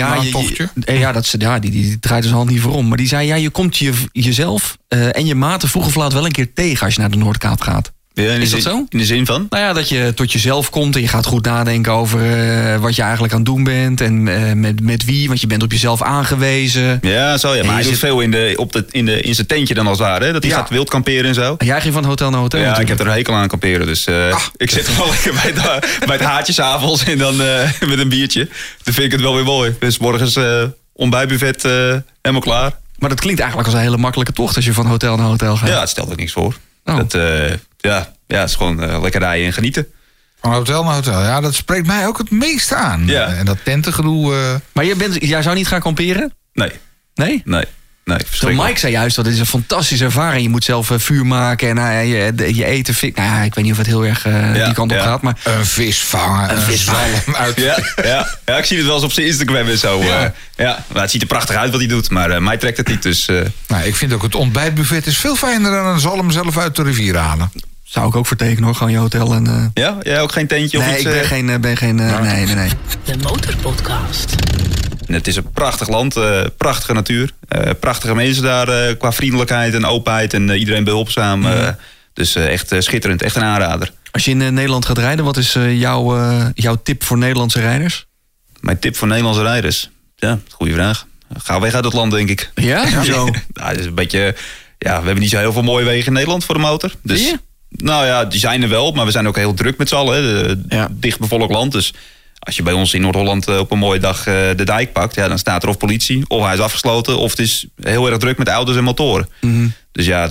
die draait dus hand niet voor om. Maar die zei, je komt jezelf en je maten vroeg of laat wel een keer tegen als je naar de Noordkaap gaat. Ja, is dat zo? In de zin van? Nou ja, dat je tot jezelf komt en je gaat goed nadenken over wat je eigenlijk aan het doen bent. En met wie, want je bent op jezelf aangewezen. Ja, zo ja. Maar hij doet veel in zijn tentje dan als het ware. Dat hij gaat wild kamperen en zo. En jij ging van hotel naar hotel. Ja, natuurlijk. Ik heb er een hekel aan kamperen. Dus ik zit gewoon lekker bij het haartje 's avonds en dan met een biertje. Dan vind ik het wel weer mooi. Dus morgens ontbijtbuffet helemaal klaar. Maar dat klinkt eigenlijk als een hele makkelijke tocht als je van hotel naar hotel gaat. Ja, het stelt ook niks voor. Oh. Het is gewoon lekker rijden en genieten. Van hotel naar hotel, ja, dat spreekt mij ook het meeste aan. Ja. En dat tentengedoe... Maar jij zou niet gaan kamperen? Nee. Nee? Nee. Mike zei juist dat het is een fantastische ervaring. Je moet zelf vuur maken en je eten... Nou ja, ik weet niet of het heel erg die kant op gaat, maar... Een vis vangen. Ja, ik zie het wel eens op zijn Instagram en zo. Maar het ziet er prachtig uit wat hij doet, maar mij trekt het niet. Dus, Nou, ik vind ook het ontbijtbuffet is veel fijner dan een zalm zelf uit de rivier halen. Zou ik ook vertekenen hoor, gewoon je hotel en... Ja? Jij ook geen tentje of iets? Nee, ik ben geen... Nee. De Motorpodcast. En het is een prachtig land, prachtige natuur. Prachtige mensen daar qua vriendelijkheid en openheid en iedereen behulpzaam. Dus echt schitterend, echt een aanrader. Als je in Nederland gaat rijden, wat is jouw tip voor Nederlandse rijders? Mijn tip voor Nederlandse rijders? Ja, goede vraag. Ga weg uit het land, denk ik. Ja? Zo. Nou, het is een beetje... Ja, we hebben niet zo heel veel mooie wegen in Nederland voor de motor. Dus, Zie je? nou ja, die zijn er wel, maar we zijn ook heel druk met z'n allen. Hè. Dichtbevolkt land, dus... Als je bij ons in Noord-Holland op een mooie dag de dijk pakt... Ja, dan staat er of politie, of hij is afgesloten... of het is heel erg druk met auto's en motoren. Mm-hmm. Dus ja,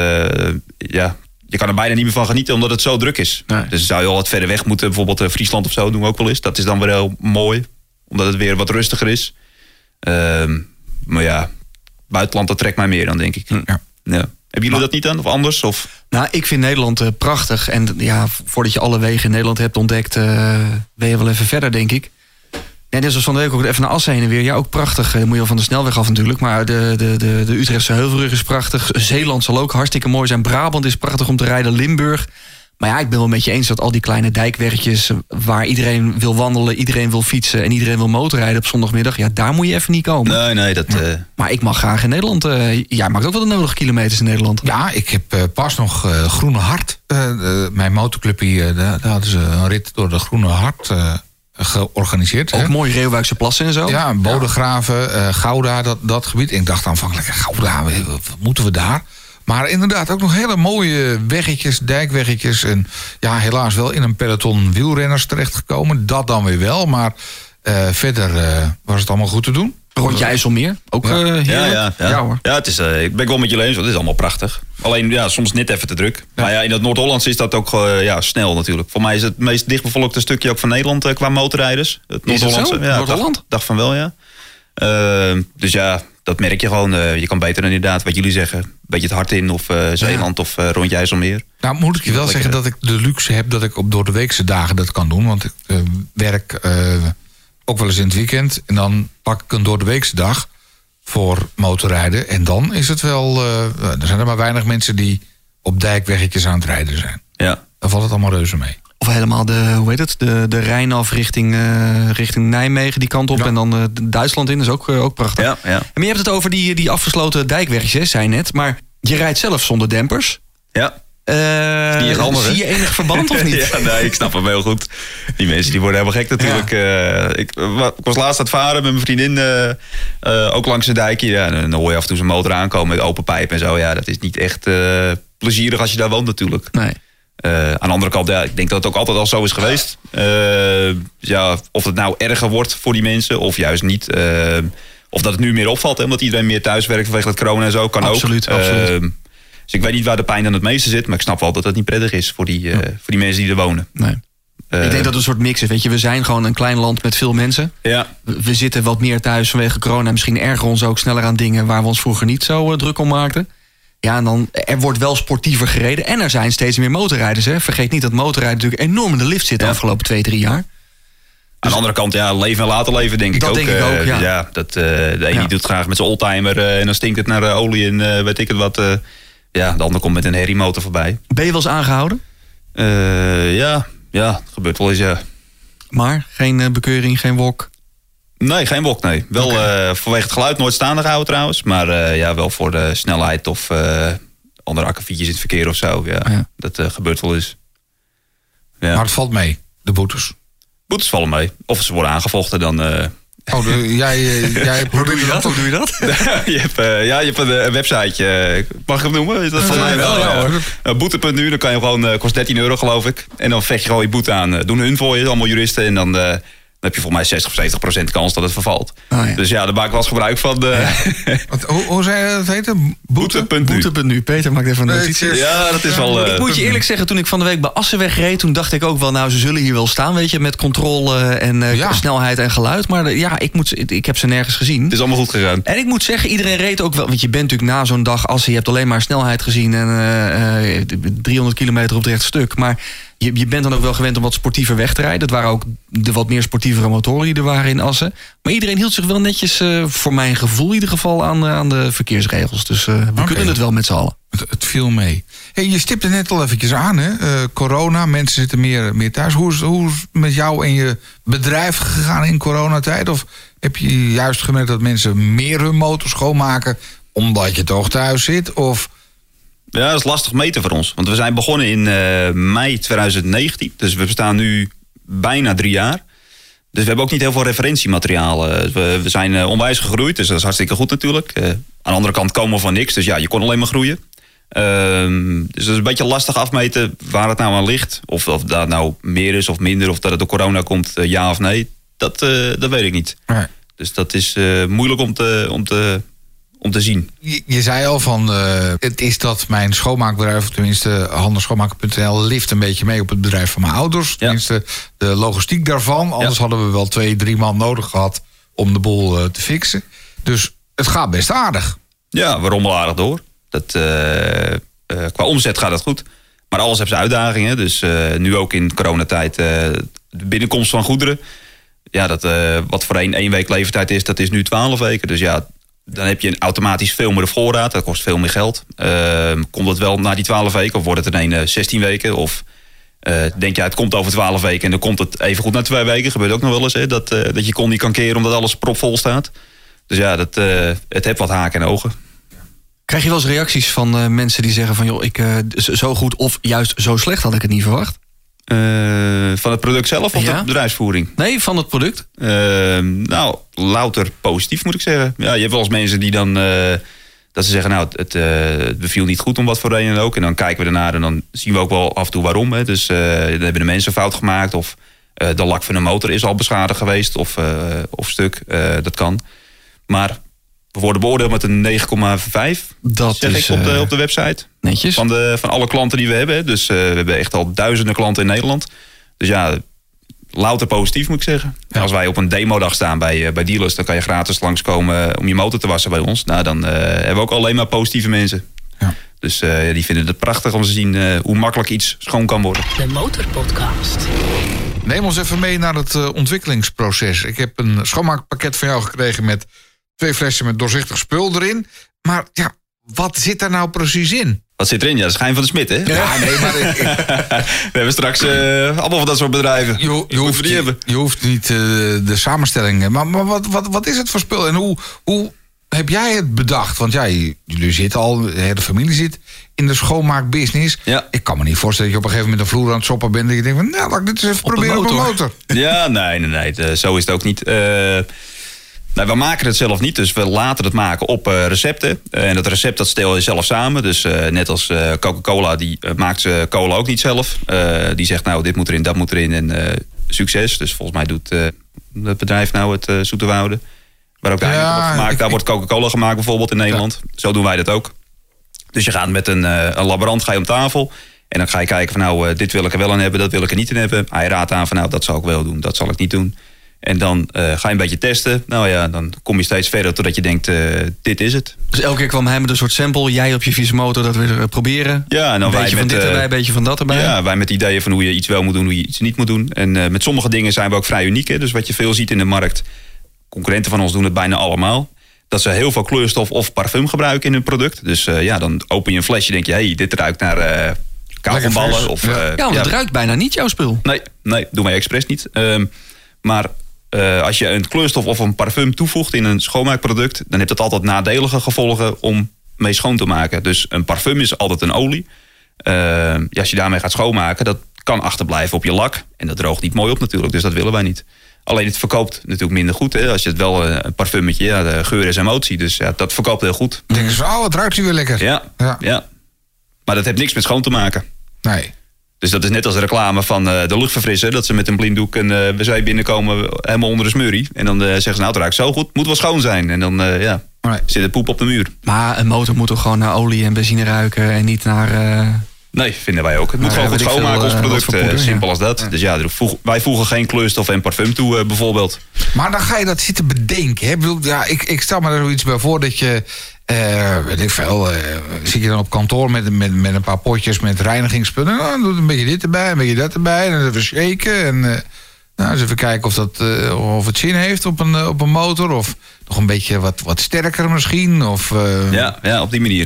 je kan er bijna niet meer van genieten... omdat het zo druk is. Nee. Dus zou je al wat verder weg moeten. Bijvoorbeeld Friesland of zo doen we ook wel eens. Dat is dan weer heel mooi. Omdat het weer wat rustiger is. Maar ja, buitenland, dat trekt mij meer dan, denk ik. Ja. Ja. Hebben jullie dat niet dan? Of anders? Of... Nou, ik vind Nederland prachtig. En ja, voordat je alle wegen in Nederland hebt ontdekt... ben je wel even verder, denk ik. Ja, net zoals van de week ook even naar Assen heen en weer. Ja, ook prachtig. Moet je wel van de snelweg af natuurlijk. Maar de Utrechtse Heuvelrug is prachtig. Zeeland zal ook hartstikke mooi zijn. Brabant is prachtig om te rijden. Limburg. Maar ja, ik ben wel met je eens dat al die kleine dijkweggetjes... waar iedereen wil wandelen, iedereen wil fietsen... en iedereen wil motorrijden op zondagmiddag... ja, daar moet je even niet komen. Nee, dat... Maar ik mag graag in Nederland. Jij maakt ook wel de nodige kilometers in Nederland. Ja, ik heb pas nog Groene Hart. Mijn motorclub hier, daar hadden ze een rit door de Groene Hart georganiseerd. Ook hè? mooi Reeuwijkse plassen en zo. Ja, Bodegraven, Gouda, dat gebied. En ik dacht aanvankelijk, Gouda, wat moeten we daar? Maar inderdaad, ook nog hele mooie weggetjes, dijkweggetjes. En ja, helaas wel in een peloton wielrenners terechtgekomen. Dat dan weer wel, maar verder was het allemaal goed te doen. Rondje IJsselmeer. Ook heerlijk. Ja, hoor. Ja, het is, ik ben wel met jullie eens, want het is allemaal prachtig. Alleen ja, soms net even te druk. Ja. Maar ja, in het Noord-Hollandse is dat ook snel natuurlijk. Voor mij is het meest dichtbevolkte stukje ook van Nederland qua motorrijders. Het Noord-Hollandse. Ja, Noord-Holland? Dacht van wel, ja. Dus ja, dat merk je gewoon. Je kan beter inderdaad, wat jullie zeggen, een beetje het hart in of Zeeland of rondje IJsselmeer. Nou, moet ik je wel zeggen dat ik de luxe heb dat ik op door de weekse dagen dat kan doen. Want ik werk ook wel eens in het weekend. En dan pak ik een door de weekse dag voor motorrijden. En dan is het wel... er zijn er maar weinig mensen die op dijkweggetjes aan het rijden zijn. Ja. Dan valt het allemaal reuze mee. Of helemaal de Rijn af richting Nijmegen, die kant op. Ja. En dan Duitsland in, dat is ook prachtig. Ja. Maar je hebt het over die afgesloten dijkwegjes, zei je net. Maar je rijdt zelf zonder dempers. Ja. Zie je enig verband of niet? Ja, nee, ik snap hem heel goed. Die mensen die worden helemaal gek natuurlijk. Ja. Ik was laatst aan het varen met mijn vriendin. Ook langs de dijkje. Ja, dan hoor je af en toe zijn motor aankomen met open pijp en zo. Ja, dat is niet echt plezierig als je daar woont natuurlijk. Nee. Aan de andere kant, ja, ik denk dat het ook altijd al zo is geweest. Of het nou erger wordt voor die mensen of juist niet. Of dat het nu meer opvalt, hè, omdat iedereen meer thuis werkt vanwege het corona en zo. Kan absoluut, ook. Absoluut. Dus ik weet niet waar de pijn dan het meeste zit. Maar ik snap wel dat dat niet prettig is voor die mensen die er wonen. Nee. Ik denk dat het een soort mix is. Weet je, we zijn gewoon een klein land met veel mensen. Ja. We zitten wat meer thuis vanwege corona. Misschien ergeren ons ook sneller aan dingen waar we ons vroeger niet zo druk om maakten. Ja, en dan, er wordt wel sportiever gereden. En er zijn steeds meer motorrijders. Hè. Vergeet niet dat motorrijden natuurlijk enorm in de lift zit de afgelopen 2-3 jaar. Aan de andere kant, ja, leven en laten leven, denk ik ook. Dat denk ik ook, ja. Ja, de ene doet graag met zijn oldtimer en dan stinkt het naar olie en weet ik het wat. De ander komt met een herriemotor voorbij. Ben je wel eens aangehouden? Ja, het gebeurt wel eens, ja. Maar geen bekeuring, geen wok? Nee, geen wok, nee. Wel vanwege het geluid nooit staande gehouden trouwens. Maar wel voor de snelheid of andere akkefietjes in het verkeer of zo. Ja. Dat gebeurt wel eens. Ja. Maar het valt mee, de boetes. Boetes vallen mee. Of ze worden aangevochten dan... Jij Hoe doe je dat? Hoe doe je dat? je hebt een websiteje. Mag ik hem noemen? Is dat van mij wel? Ja, hoor. Boete.nu, dan kan je gewoon, kost €13 geloof ik. En dan vecht je gewoon je boete aan. Doen hun voor je, allemaal juristen. En dan heb je volgens mij 60 of 70% kans dat het vervalt. Oh, ja. Dus ja, daar maak ik wel eens gebruik van. Hoe zei je dat heten? Boete.nu. Peter maakt even een notitie. Ja, dat is wel... Ik moet je eerlijk zeggen, toen ik van de week bij Assen wegreed, toen dacht ik ook wel, nou, ze zullen hier wel staan, weet je, met controle en snelheid en geluid. Maar ik heb ze nergens gezien. Het is allemaal goed gegaan. En ik moet zeggen, iedereen reed ook wel, want je bent natuurlijk na zo'n dag Assen, je hebt alleen maar snelheid gezien en 300 kilometer op het rechte stuk. Maar je bent dan ook wel gewend om wat sportiever weg te rijden. Dat waren ook de wat meer sportievere motoren die er waren in Assen. Maar iedereen hield zich wel netjes, voor mijn gevoel in ieder geval, aan de verkeersregels. Dus we kunnen het wel met z'n allen. Het viel mee. Hey, je stipte net al eventjes aan, hè? Corona, mensen zitten meer thuis. Hoe is het met jou en je bedrijf gegaan in coronatijd? Of heb je juist gemerkt dat mensen meer hun motor schoonmaken omdat je toch thuis zit? Of Ja, dat is lastig meten voor ons. Want we zijn begonnen in mei 2019. Dus we bestaan nu bijna 3 jaar. Dus we hebben ook niet heel veel referentiemateriaal. We zijn onwijs gegroeid, dus dat is hartstikke goed natuurlijk. Aan de andere kant komen we van niks, dus ja, je kon alleen maar groeien. Dus dat is een beetje lastig afmeten waar het nou aan ligt. Of dat nou meer is of minder, of dat het door corona komt, ja of nee. Dat weet ik niet. Nee. Dus dat is moeilijk om te zien. Je zei al van, het is dat mijn schoonmaakbedrijf, of tenminste handigschoonmaken.nl, lift een beetje mee op het bedrijf van mijn ouders. Tenminste, de logistiek daarvan. Anders hadden we wel 2-3 man nodig gehad om de boel te fixen. Dus het gaat best aardig. Ja, we rommelen aardig door. Qua omzet gaat het goed. Maar alles heeft zijn uitdagingen. Dus nu ook in coronatijd de binnenkomst van goederen. Ja, wat voor 1 week levertijd is, dat is nu 12 weken. Dus ja, dan heb je automatisch veel meer voorraad. Dat kost veel meer geld. Komt het wel na die 12 weken? Of wordt het ineens 16 weken? Of denk je, het komt over 12 weken en dan komt het even goed na 2 weken. Gebeurt ook nog wel eens, hè, dat je kon niet kan keren omdat alles propvol staat. Dus ja, het heeft wat haken en ogen. Krijg je wel eens reacties van mensen die zeggen van, joh, zo goed of juist zo slecht had ik het niet verwacht? Van het product zelf of de bedrijfsvoering? Nee, van het product. Nou, louter positief moet ik zeggen. Ja, je hebt wel eens mensen die dan dat ze zeggen, nou, het beviel niet goed om wat voor reden ook. En dan kijken we ernaar en dan zien we ook wel af en toe waarom. Hè. Dus dan hebben de mensen fout gemaakt of de lak van de motor is al beschadigd geweest of stuk. Dat kan. Maar we worden beoordeeld met een 9,5. Dat zeg is ik op de website. Netjes. Van alle klanten die we hebben. Dus we hebben echt al duizenden klanten in Nederland. Dus ja, louter positief moet ik zeggen. Ja. Als wij op een demodag staan bij dealers, dan kan je gratis langskomen om je motor te wassen bij ons. Nou, dan hebben we ook alleen maar positieve mensen. Ja. Dus die vinden het prachtig om te zien hoe makkelijk iets schoon kan worden. De Motorpodcast. Neem ons even mee naar het ontwikkelingsproces. Ik heb een schoonmaakpakket van jou gekregen met 2 flessen met doorzichtig spul erin. Maar ja, wat zit daar nou precies in? Wat zit erin? Ja, de schijn van de smid, hè? Ja, nee, maar we hebben straks allemaal van dat soort bedrijven. Je hoeft niet de samenstelling. Maar wat is het voor spul? En hoe heb jij het bedacht? Want ja, jullie zitten al, de hele familie zit in de schoonmaakbusiness. Ja. Ik kan me niet voorstellen dat je op een gegeven moment een vloer aan het shoppen bent en je denkt van, nou, laat ik dit eens even proberen op een motor. Ja, nee, zo is het ook niet. Nou, we maken het zelf niet, dus we laten het maken op recepten. En dat recept dat stel je zelf samen. Dus net als Coca-Cola, die maakt ze cola ook niet zelf. Die zegt, nou, dit moet erin, dat moet erin en succes. Dus volgens mij doet het bedrijf nou het Zoeterwoude. Waar ook wordt gemaakt. Daar wordt Coca-Cola gemaakt bijvoorbeeld in Nederland. Ja. Zo doen wij dat ook. Dus je gaat met een laborant ga je om tafel. En dan ga je kijken van, nou, dit wil ik er wel in hebben, dat wil ik er niet in hebben. Hij raadt aan van, nou, dat zal ik wel doen, dat zal ik niet doen. En dan ga je een beetje testen. Nou ja, dan kom je steeds verder totdat je denkt, dit is het. Dus elke keer kwam hij met een soort sample. Jij op je vieze motor dat weer proberen. Ja, en dan een beetje van dit erbij, een beetje van dat erbij. Ja, wij met ideeën van hoe je iets wel moet doen, hoe je iets niet moet doen. En met sommige dingen zijn we ook vrij uniek. Hè? Dus wat je veel ziet in de markt, concurrenten van ons doen het bijna allemaal. Dat ze heel veel kleurstof of parfum gebruiken in hun product. Dus dan open je een flesje en denk je, hey, dit ruikt naar kauwgomballen. Want het ruikt bijna niet jouw spul. Nee, doen wij expres niet. Maar als je een kleurstof of een parfum toevoegt in een schoonmaakproduct, dan heeft dat altijd nadelige gevolgen om mee schoon te maken. Dus een parfum is altijd een olie. Als je daarmee gaat schoonmaken, dat kan achterblijven op je lak. En dat droogt niet mooi op natuurlijk, dus dat willen wij niet. Alleen het verkoopt natuurlijk minder goed. Hè? Als je het wel een parfummetje, de geur is emotie. Dus ja, dat verkoopt heel goed. Denken ze, het ruikt hier weer lekker. Ja. Maar dat heeft niks met schoon te maken. Nee. Dus dat is net als de reclame van de luchtverfrisser. Dat ze met een blinddoek een wc binnenkomen helemaal onder de smurrie. En dan zeggen ze, nou, het ruikt zo goed, moet wel schoon zijn. En dan zit het poep op de muur. Maar een motor moet toch gewoon naar olie en benzine ruiken en niet naar... Nee, vinden wij ook. Het moet gewoon goed schoonmaken, ons product. Simpel als dat. Ja. Dus ja, wij voegen geen kleurstof en parfum toe, bijvoorbeeld. Maar dan ga je dat zitten bedenken. Hè? Ik stel me er zoiets bij voor dat je... weet ik veel, zit je dan op kantoor met een paar potjes met reinigingsspullen. Nou, dan doe een beetje dit erbij, een beetje dat erbij. En dan even shaken. En eens even kijken of het zin heeft op een motor. Of nog een beetje wat sterker misschien. Of, Ja, op die manier.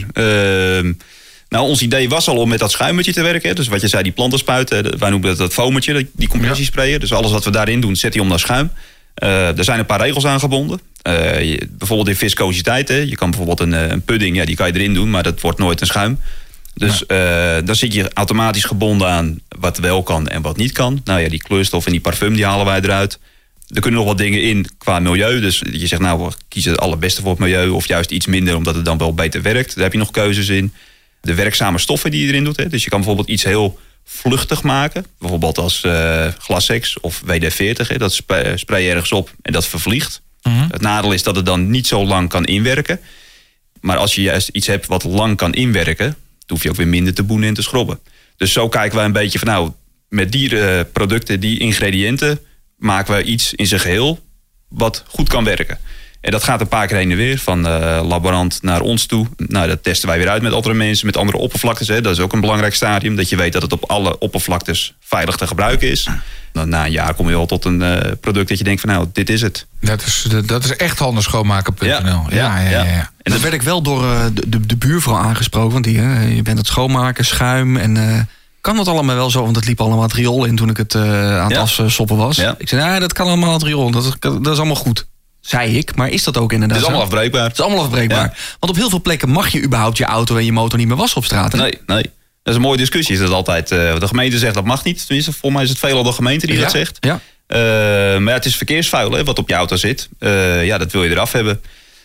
Nou, ons idee was al om met dat schuimertje te werken. Dus wat je zei, die plantenspuiten. Wij noemen dat foamertje, die compressiesprayer. Dus alles wat we daarin doen, zet hij om naar schuim. Er zijn een paar regels aan gebonden. Bijvoorbeeld in viscositeit. Hè. Je kan bijvoorbeeld een pudding, die kan je erin doen, maar dat wordt nooit een schuim. Dus dan zit je automatisch gebonden aan wat wel kan en wat niet kan. Nou ja, die kleurstof en die parfum die halen wij eruit. Er kunnen nog wat dingen in qua milieu. Dus je zegt, nou, we kiezen het allerbeste voor het milieu. Of juist iets minder, omdat het dan wel beter werkt. Daar heb je nog keuzes in. De werkzame stoffen die je erin doet. Hè. Dus je kan bijvoorbeeld iets heel vluchtig maken. Bijvoorbeeld als Glasex of WD-40. Hè. Dat spray je ergens op en dat vervliegt. Mm-hmm. Het nadeel is dat het dan niet zo lang kan inwerken. Maar als je juist iets hebt wat lang kan inwerken, dan hoef je ook weer minder te boenen en te schrobben. Dus zo kijken wij een beetje van, nou, met die producten, die ingrediënten, maken we iets in zijn geheel wat goed kan werken. En dat gaat een paar keer heen en weer, van laborant naar ons toe. Nou, dat testen wij weer uit met andere mensen, met andere oppervlaktes. Hè. Dat is ook een belangrijk stadium, dat je weet dat het op alle oppervlaktes veilig te gebruiken is. Dan na een jaar kom je al tot een product dat je denkt van, nou, dit is het. Dat is echt handigschoonmaken.nl. Ja. En dan werd ik wel door de buurvrouw aangesproken. Want je bent het schoonmaken, schuim en kan dat allemaal wel zo? Want het liep allemaal het riool in toen ik het aan het afsoppen was. Ja. Ik zei, nee, dat kan allemaal het riool. Dat is allemaal goed. Zei ik, maar is dat ook inderdaad? Het is allemaal afbreekbaar. Het is allemaal afbreekbaar. Ja. Want op heel veel plekken mag je überhaupt je auto en je motor niet meer wassen op straat. Hè? Nee. Dat is een mooie discussie. Is dat altijd, de gemeente zegt dat mag niet. Tenminste, volgens mij is het veelal de gemeente die dat zegt. Ja. Maar het is verkeersvuil, hè, wat op je auto zit. Dat wil je eraf hebben.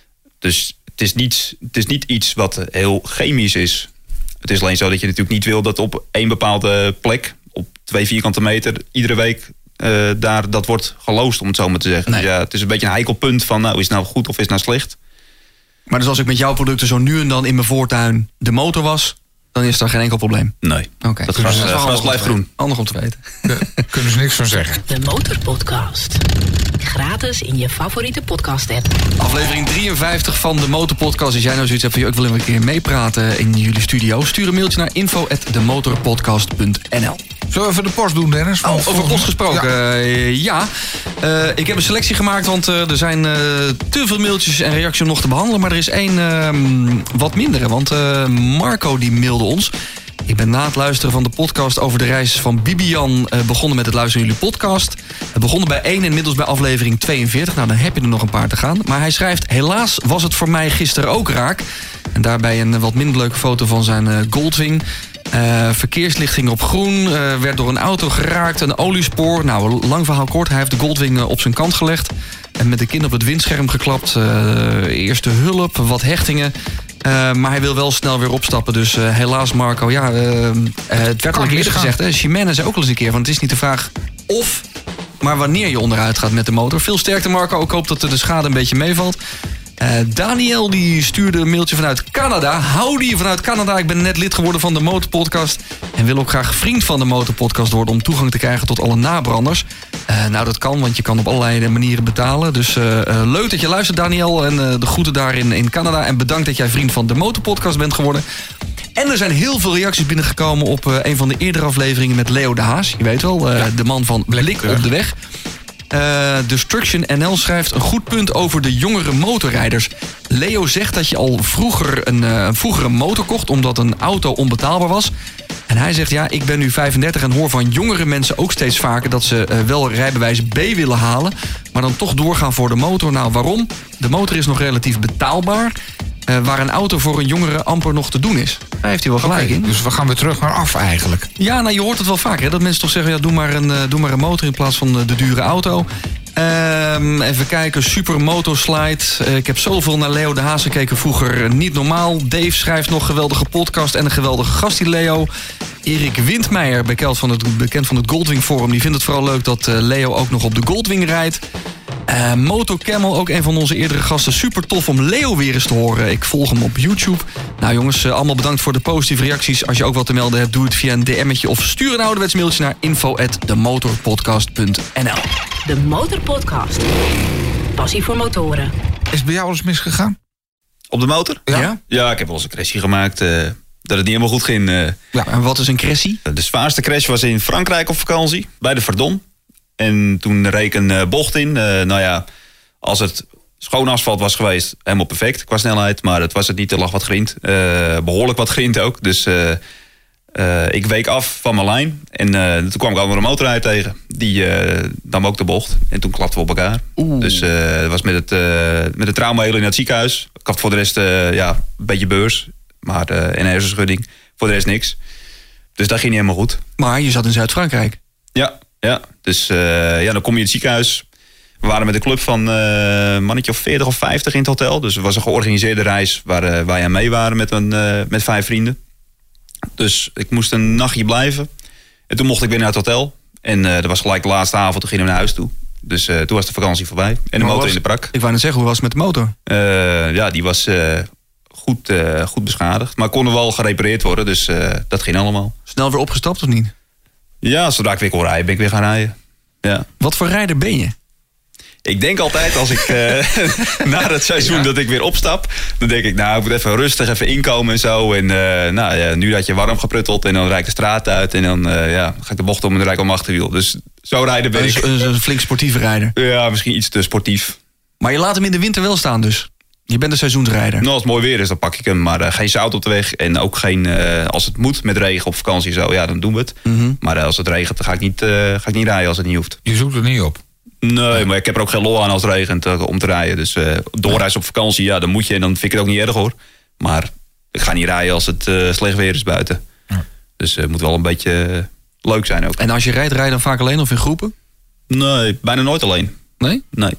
Dus het is niet iets wat heel chemisch is. Het is alleen zo dat je natuurlijk niet wil dat op één bepaalde plek, op 2 vierkante meter, iedere week daar dat wordt geloosd, om het zo maar te zeggen. Nee. Dus het is een beetje een heikel punt van, nou, is het nou goed of is het nou slecht? Maar dus als ik met jouw producten zo nu en dan in mijn voortuin de motor was, dan is daar geen enkel probleem? Nee. Okay. Dat gras blijft groen. Handig om te weten. Daar kunnen ze niks van zeggen. De Motorpodcast. Gratis in je favoriete podcast-app. Aflevering 53 van de Motorpodcast. Als jij nou zoiets hebt van, ik wil een keer meepraten in jullie studio, stuur een mailtje naar info@demotorpodcast.nl. Zullen we even de post doen, Dennis? Over post gesproken. Ja. Ik heb een selectie gemaakt, want er zijn te veel mailtjes en reacties om nog te behandelen. Maar er is één wat mindere. Want Marco die mailde ons. Ik ben na het luisteren van de podcast over de reis van Bibian begonnen met het luisteren naar jullie podcast. We begonnen bij 1 en inmiddels bij aflevering 42. Nou, dan heb je er nog een paar te gaan. Maar hij schrijft, helaas was het voor mij gisteren ook raak. En daarbij een wat minder leuke foto van zijn Goldwing. Verkeerslicht ging op groen, werd door een auto geraakt, een oliespoor. Nou, lang verhaal kort, hij heeft de Goldwing op zijn kant gelegd en met de kin op het windscherm geklapt. Eerste hulp, wat hechtingen. Maar hij wil wel snel weer opstappen. Dus helaas, Marco. Ja, het werd al eerder gezegd. Chimène zei ook al eens een keer. Want het is niet de vraag of, maar wanneer je onderuit gaat met de motor. Veel sterkte, Marco. Ik hoop dat de schade een beetje meevalt. Daniel die stuurde een mailtje vanuit Canada. Howdy vanuit Canada. Ik ben net lid geworden van de Motorpodcast. En wil ook graag vriend van de Motorpodcast worden om toegang te krijgen tot alle nabranders. Nou, dat kan, want je kan op allerlei manieren betalen. Dus leuk dat je luistert, Daniel. En de groeten daar in Canada. En bedankt dat jij vriend van de Motorpodcast bent geworden. En er zijn heel veel reacties binnengekomen op een van de eerdere afleveringen met Leo de Haas. Je weet wel, de man van Blik op de weg. Destruction NL schrijft een goed punt over de jongere motorrijders. Leo zegt dat je al vroeger een motor kocht omdat een auto onbetaalbaar was. En hij zegt, ja, ik ben nu 35 en hoor van jongere mensen ook steeds vaker dat ze wel rijbewijs B willen halen, maar dan toch doorgaan voor de motor. Nou, waarom? De motor is nog relatief betaalbaar. Waar een auto voor een jongere amper nog te doen is. Daar heeft hij wel gelijk in. Dus we gaan weer terug naar af eigenlijk. Ja, nou, je hoort het wel vaker. Hè? Dat mensen toch zeggen, ja, doe maar een motor in plaats van de dure auto. Even kijken, super motorslide. Ik heb zoveel naar Leo de Haas gekeken vroeger. Niet normaal. Dave schrijft nog geweldige podcast en een geweldige gast die Leo. Erik Windmeijer, bekend van het Goldwing Forum. Die vindt het vooral leuk dat Leo ook nog op de Goldwing rijdt. Moto Camel, ook een van onze eerdere gasten. Super tof om Leo weer eens te horen. Ik volg hem op YouTube. Nou jongens, allemaal bedankt voor de positieve reacties. Als je ook wat te melden hebt, doe het via een DM'tje of stuur een ouderwets mailtje naar info@demotorpodcast.nl. De Motorpodcast. Passie voor motoren. Is het bij jou al eens misgegaan? Op de motor? Ja? Ja, ik heb wel eens een crashje gemaakt. Dat het niet helemaal goed ging. Ja, en wat is een crashie? De zwaarste crash was in Frankrijk op vakantie. Bij de Verdon. En toen reed een bocht in. Nou ja, als het schoon asfalt was geweest, helemaal perfect qua snelheid. Maar dat was het niet, er lag wat grind. Behoorlijk wat grind ook. Dus ik week af van mijn lijn. En toen kwam ik al een motorrijder tegen. Die nam ook de bocht. En toen klapten we op elkaar. Dus het was met het trauma heel in het ziekenhuis. Ik had voor de rest een beetje beurs. Maar en hersenschudding. Voor de rest niks. Dus dat ging niet helemaal goed. Maar je zat in Zuid-Frankrijk. Ja. Dus dan kom je in het ziekenhuis. We waren met een club van mannetje of 40 of 50 in het hotel. Dus het was een georganiseerde reis waar wij aan mee waren met 5 vrienden. Dus ik moest een nachtje blijven. En toen mocht ik weer naar het hotel. En dat was gelijk de laatste avond, toen gingen we naar huis toe. Dus toen was de vakantie voorbij. En de motor in de prak. Ik wou net zeggen, hoe was het met de motor? Die was goed beschadigd. Maar kon er wel gerepareerd worden, dus dat ging allemaal. Snel weer opgestapt of niet? Ja, zodra ik weer kon rijden, ben ik weer gaan rijden. Ja. Wat voor rijder ben je? Ik denk altijd als ik na het seizoen dat ik weer opstap, dan denk ik, ik moet even rustig even inkomen en zo. En nu dat je warm geprutteld en dan rijd ik de straat uit en dan ga ik de bocht om en dan rijd ik om mijn achterwiel. Dus zo rijden ben ik. Een flink sportieve rijder. Ja, misschien iets te sportief. Maar je laat hem in de winter wel staan dus? Je bent een seizoensrijder. Nou, als het mooi weer is, dan pak ik hem. Maar geen zout op de weg. En ook geen, als het moet met regen op vakantie zo, dan doen we het. Mm-hmm. Maar als het regent, dan ga ik niet rijden als het niet hoeft. Je zoekt het niet op? Nee, maar ik heb er ook geen lol aan als het regent om te rijden. Dus doorreizen op vakantie, dan moet je. En dan vind ik het ook niet erg hoor. Maar ik ga niet rijden als het slecht weer is buiten. Ja. Dus het moet wel een beetje leuk zijn ook. En als je rijdt, rij je dan vaak alleen of in groepen? Nee, bijna nooit alleen. Nee? Nee,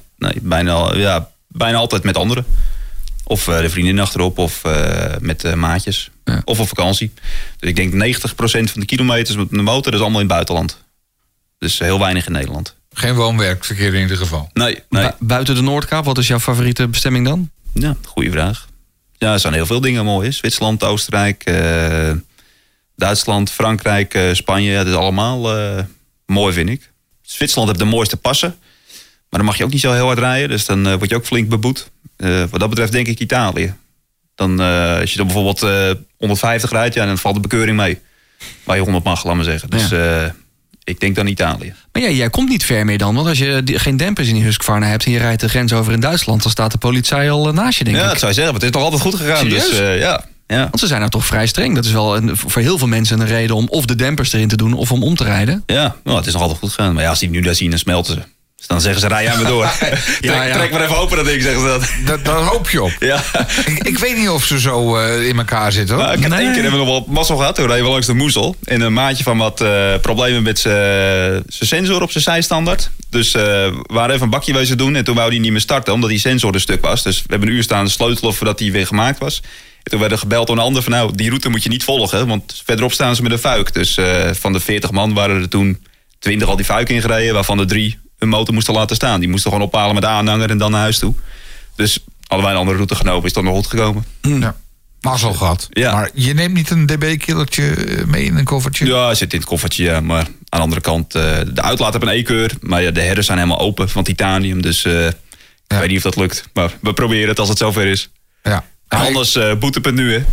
bijna altijd met anderen. Of de vriendin achterop, of met maatjes. Ja. Of op vakantie. Dus ik denk 90% van de kilometers met de motor, dat is allemaal in het buitenland. Dus heel weinig in Nederland. Geen woon-werkverkeer in ieder geval? Nee. Buiten de Noordkaap, wat is jouw favoriete bestemming dan? Ja, goede vraag. Ja, er zijn heel veel dingen mooi. Zwitserland, Oostenrijk, Duitsland, Frankrijk, Spanje. Dat is allemaal mooi, vind ik. Zwitserland heeft de mooiste passen. Maar dan mag je ook niet zo heel hard rijden. Dus dan word je ook flink beboet. Wat dat betreft denk ik Italië. Dan, als je dan bijvoorbeeld 150 rijdt, dan valt de bekeuring mee. Waar je 100 mag, laat maar zeggen. Dus ik denk dan Italië. Maar jij komt niet ver meer dan. Want als je geen dempers in die Husqvarna hebt en je rijdt de grens over in Duitsland, dan staat de politie al naast je, denk ik. Ja, dat zou je zeggen. Maar het is toch altijd goed gegaan. Serieus? Dus, ja. Want ze zijn nou toch vrij streng. Dat is wel voor heel veel mensen een reden om of de dempers erin te doen of om te rijden. Ja, het is nog altijd goed gegaan. Maar ja, als die nu dat zien, dan smelten ze. Dus dan zeggen ze, rij jij maar door. Trek maar even open dat ding, zeggen ze dat. Daar hoop je op. Ja. Ik weet niet of ze zo in elkaar zitten. Hoor. Nou, ik heb 1 keer hebben we nog wel mazzel gehad. Toen reden we langs de Moezel. En een maatje van wat problemen met zijn sensor op zijn zijstandaard. Dus we waren even een bakje wezen doen. En toen wou hij niet meer starten, omdat die sensor een stuk was. Dus we hebben een uur staan sleutelen voordat hij weer gemaakt was. En toen werden gebeld door een ander van, die route moet je niet volgen. Want verderop staan ze met een fuik. Dus van de 40 man waren er toen 20 al die fuik ingereden. Waarvan de 3 een motor moesten laten staan. Die moesten gewoon ophalen met de aanhanger en dan naar huis toe. Dus hadden wij een andere route genomen, is dan nog goed gekomen. Ja. Mazzel gehad. Ja. Maar je neemt niet een dB-killertje mee in een koffertje? Ja, zit in het koffertje, ja. Maar aan de andere kant, de uitlaat heb een E-keur. Maar ja, de headers zijn helemaal open van titanium. Dus ik weet niet of dat lukt. Maar we proberen het als het zover is. Ja. Anders boete.nu, hè.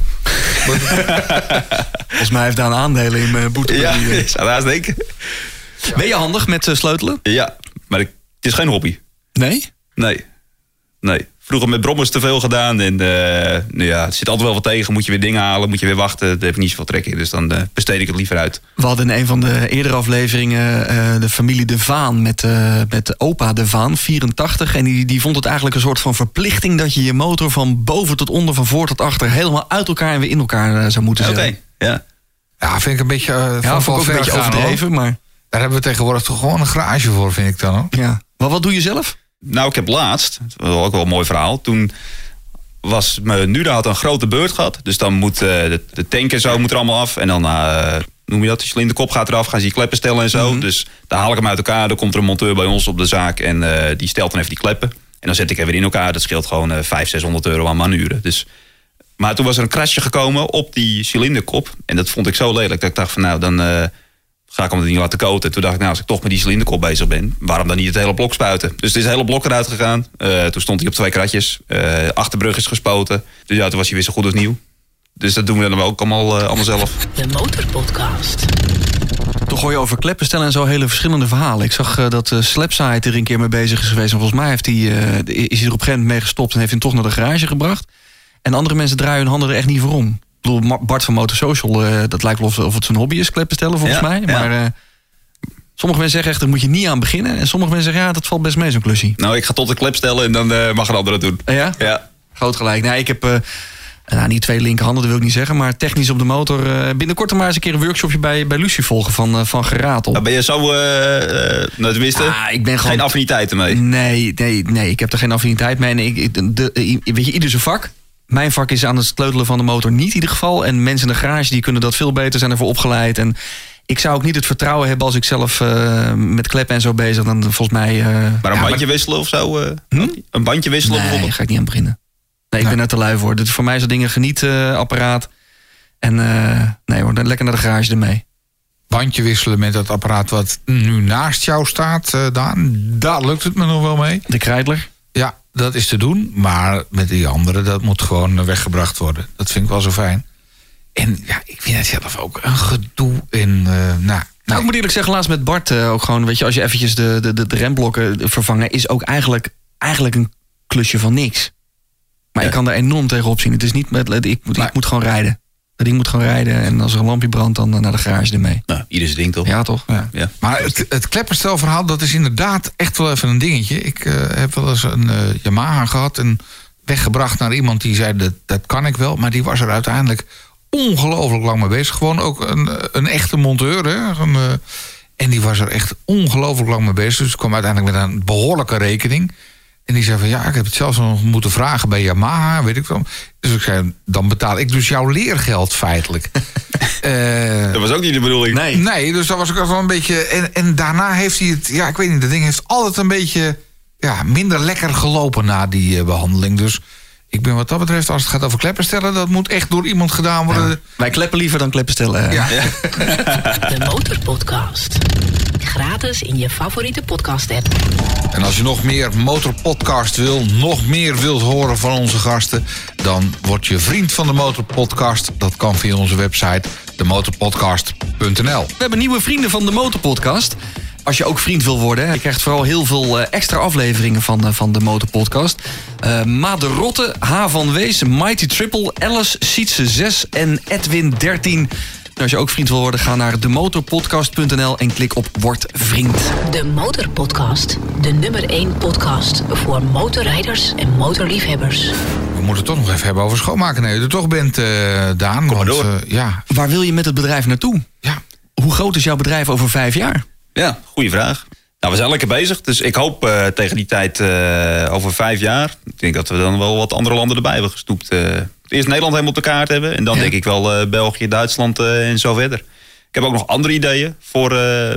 Volgens mij heeft Daan aandelen in boete.nu. Ja, ik zou haast denken. Ben je handig met sleutelen? Ja, maar het is geen hobby. Nee? Nee. Vroeger met brommers te veel gedaan. En het zit altijd wel wat tegen. Moet je weer dingen halen, moet je weer wachten. Daar heb ik niet zoveel trek in. Dus dan besteed ik het liever uit. We hadden in een van de eerdere afleveringen de familie De Vaan met opa De Vaan, 84. En die vond het eigenlijk een soort van verplichting dat je je motor van boven tot onder, van voor tot achter, helemaal uit elkaar en weer in elkaar zou moeten zetten. Oké, ja. Ja, vind ik een beetje vond ik ook een beetje overdreven, maar daar hebben we tegenwoordig toch gewoon een garage voor, vind ik dan ook. Ja. Maar wat doe je zelf? Nou, ik heb laatst, dat is ook wel een mooi verhaal. Toen was mijn Nuda had een grote beurt gehad. Dus dan moet de tank en zo moet er allemaal af. En dan noem je dat, de cilinderkop gaat eraf, gaan ze die kleppen stellen en zo. Mm-hmm. Dus dan haal ik hem uit elkaar. Dan komt er een monteur bij ons op de zaak en die stelt dan even die kleppen. En dan zet ik hem weer in elkaar. Dat scheelt gewoon €500-600 aan manuren. Dus, maar toen was er een krasje gekomen op die cilinderkop. En dat vond ik zo lelijk dat ik dacht van dan ga ik hem niet laten koten. Toen dacht ik, als ik toch met die cilinderkop bezig ben, waarom dan niet het hele blok spuiten? Dus het is het hele blok eruit gegaan. Toen stond hij op 2 kratjes. Achterbrug is gespoten. Dus ja, toen was hij weer zo goed als nieuw. Dus dat doen we dan ook allemaal zelf. De Motorpodcast. Toch hoor je over kleppen stellen en zo hele verschillende verhalen. Ik zag dat Slapside er een keer mee bezig is geweest. En volgens mij is hij er op een gegeven moment mee gestopt en heeft hij hem toch naar de garage gebracht. En andere mensen draaien hun handen er echt niet voor om. Ik bedoel, Bart van Motorsocial, dat lijkt wel of het zijn hobby is, kleppen stellen volgens mij. Maar sommige mensen zeggen echt, daar moet je niet aan beginnen. En sommige mensen zeggen, dat valt best mee, zo'n klusje. Nou, ik ga tot de klep stellen en dan mag een ander het doen. Ja? Ja. Groot gelijk. Nee, ik heb Nou, niet 2 linkerhanden, dat wil ik niet zeggen. Maar technisch op de motor. Binnenkort maar eens een keer een workshopje bij Lucie volgen van Geratel. Nou, ben je zo, tenminste, ik ben gewoon... geen affiniteiten mee? Nee, ik heb er geen affiniteit mee. Weet je, ieder zijn vak. Mijn vak is aan het sleutelen van de motor niet in ieder geval. En mensen in de garage die kunnen dat veel beter, zijn ervoor opgeleid. En ik zou ook niet het vertrouwen hebben als ik zelf met kleppen en zo bezig. Dan volgens mij... maar een bandje wisselen of zo? Een bandje wisselen bijvoorbeeld? Nee, ga ik niet aan beginnen. Nee, ik ben er te lui voor. Voor mij is dat dingen genietapparaat. En nee hoor, lekker naar de garage ermee. Bandje wisselen met dat apparaat wat nu naast jou staat, Daan. Daar lukt het me nog wel mee. De Kreidler? Ja, dat is te doen. Maar met die andere, dat moet gewoon weggebracht worden. Dat vind ik wel zo fijn. En ja, ik vind het zelf ook een gedoe. Nou, ik moet eerlijk zeggen, laatst met Bart ook gewoon... weet je, als je eventjes de remblokken vervangen... is ook eigenlijk een klusje van niks. Maar ik kan daar enorm tegenop zien. Het is niet ik moet gewoon rijden. Dat ding moet gewoon rijden. En als er een lampje brandt, dan naar de garage ermee. Nou, ieder zijn ding toch? Ja, toch? Ja. Maar het klepperstelverhaal, dat is inderdaad echt wel even een dingetje. Ik heb wel eens een Yamaha gehad en weggebracht naar iemand die zei... dat kan ik wel, maar die was er uiteindelijk ongelooflijk lang mee bezig. Gewoon ook een echte monteur, hè? En die was er echt ongelooflijk lang mee bezig. Dus ik kwam uiteindelijk met een behoorlijke rekening... En die zei van, ja, ik heb het zelfs nog moeten vragen bij Yamaha, weet ik wel. Dus ik zei, dan betaal ik dus jouw leergeld feitelijk. Dat was ook niet de bedoeling. Nee, dus dat was ook wel een beetje... En daarna heeft hij het, ja, ik weet niet, dat ding heeft altijd een beetje minder lekker gelopen na die behandeling. Dus ik ben wat dat betreft, als het gaat over kleppen stellen, dat moet echt door iemand gedaan worden. Ja, wij kleppen liever dan kleppen stellen. Ja. De Motorpodcast. Gratis in je favoriete podcast-app. En als je nog meer Motorpodcast wil, nog meer wilt horen van onze gasten, dan word je vriend van de Motorpodcast. Dat kan via onze website, demotorpodcast.nl. We hebben nieuwe vrienden van de Motorpodcast. Als je ook vriend wil worden, je krijgt vooral heel veel extra afleveringen van de Motorpodcast. Ma de Rotte, H. van Wees, Mighty Triple, Alice, Sietse 6 en Edwin 13. En als je ook vriend wil worden, ga naar demotorpodcast.nl en klik op Word Vriend. De Motorpodcast, de nummer 1 podcast voor motorrijders en motorliefhebbers. We moeten het toch nog even hebben over schoonmaken. Nee, je er toch bent, Daan. Kom maar door. Waar wil je met het bedrijf naartoe? Ja. Hoe groot is jouw bedrijf over 5 jaar? Ja, goede vraag. Nou, we zijn lekker bezig. Dus ik hoop tegen die tijd over 5 jaar... ik denk dat we dan wel wat andere landen erbij hebben gestoept. Eerst Nederland helemaal op de kaart hebben. En dan denk ik wel België, Duitsland en zo verder. Ik heb ook nog andere ideeën voor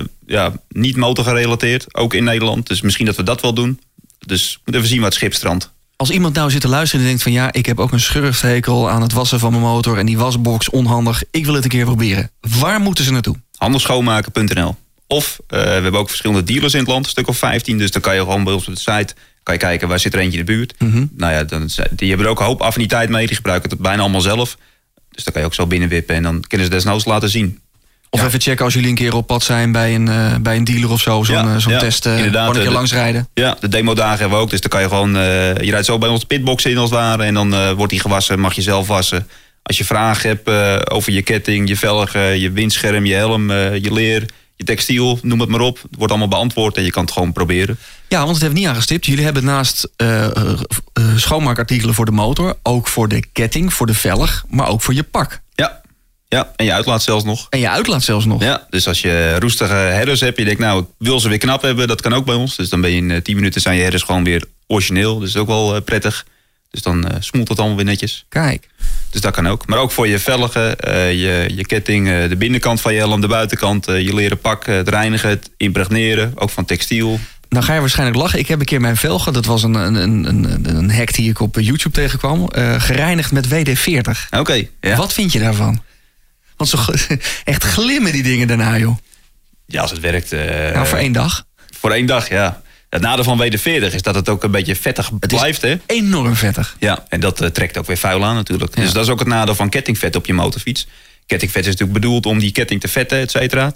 niet motorgerelateerd. Ook in Nederland. Dus misschien dat we dat wel doen. Dus we moeten even zien waar het schip strandt. Als iemand nou zit te luisteren en denkt van... ja, ik heb ook een schurfthekel aan het wassen van mijn motor... en die wasbox onhandig, ik wil het een keer proberen. Waar moeten ze naartoe? Handelschoonmaken.nl. Of we hebben ook verschillende dealers in het land, een stuk of 15. Dus dan kan je gewoon bij ons op de site kan je kijken waar zit er eentje in de buurt. Mm-hmm. Nou ja, die hebben er ook een hoop affiniteit mee. Die gebruiken het bijna allemaal zelf. Dus dan kan je ook zo binnenwippen en dan kunnen ze desnoods laten zien. Of even checken als jullie een keer op pad zijn bij een dealer of zo. Zo'n test, gewoon een keer langsrijden. Ja, de demodagen hebben we ook. Dus dan kan je gewoon, je rijdt zo bij ons pitbox in als het ware. En dan wordt die gewassen, mag je zelf wassen. Als je vragen hebt over je ketting, je velgen, je windscherm, je helm, je leer... je textiel, noem het maar op. Het wordt allemaal beantwoord en je kan het gewoon proberen. Ja, want het heeft niet aangestipt. Jullie hebben naast schoonmaakartikelen voor de motor... ook voor de ketting, voor de velg, maar ook voor je pak. Ja, en je uitlaat zelfs nog. Ja, dus als je roestige headers hebt, je denkt... nou, ik wil ze weer knap hebben, dat kan ook bij ons. Dus dan ben je in 10 minuten zijn je headers gewoon weer origineel. Dus dat is ook wel prettig. Dus dan smoelt het allemaal weer netjes. Kijk. Dus dat kan ook. Maar ook voor je velgen, je ketting, de binnenkant van je helm, de buitenkant, je leren pak, het reinigen, het impregneren, ook van textiel. Nou ga je waarschijnlijk lachen. Ik heb een keer mijn velgen, dat was een hack die ik op YouTube tegenkwam, gereinigd met WD-40. Oké. Ja. Wat vind je daarvan? Want zo echt glimmen die dingen daarna, joh. Ja, als het werkt. Nou, voor 1 dag. Voor 1 dag, ja. Het nadeel van WD-40 is dat het ook een beetje vettig blijft, hè? Enorm vettig. Ja, en dat trekt ook weer vuil aan natuurlijk. Ja. Dus dat is ook het nadeel van kettingvet op je motorfiets. Kettingvet is natuurlijk bedoeld om die ketting te vetten, et cetera.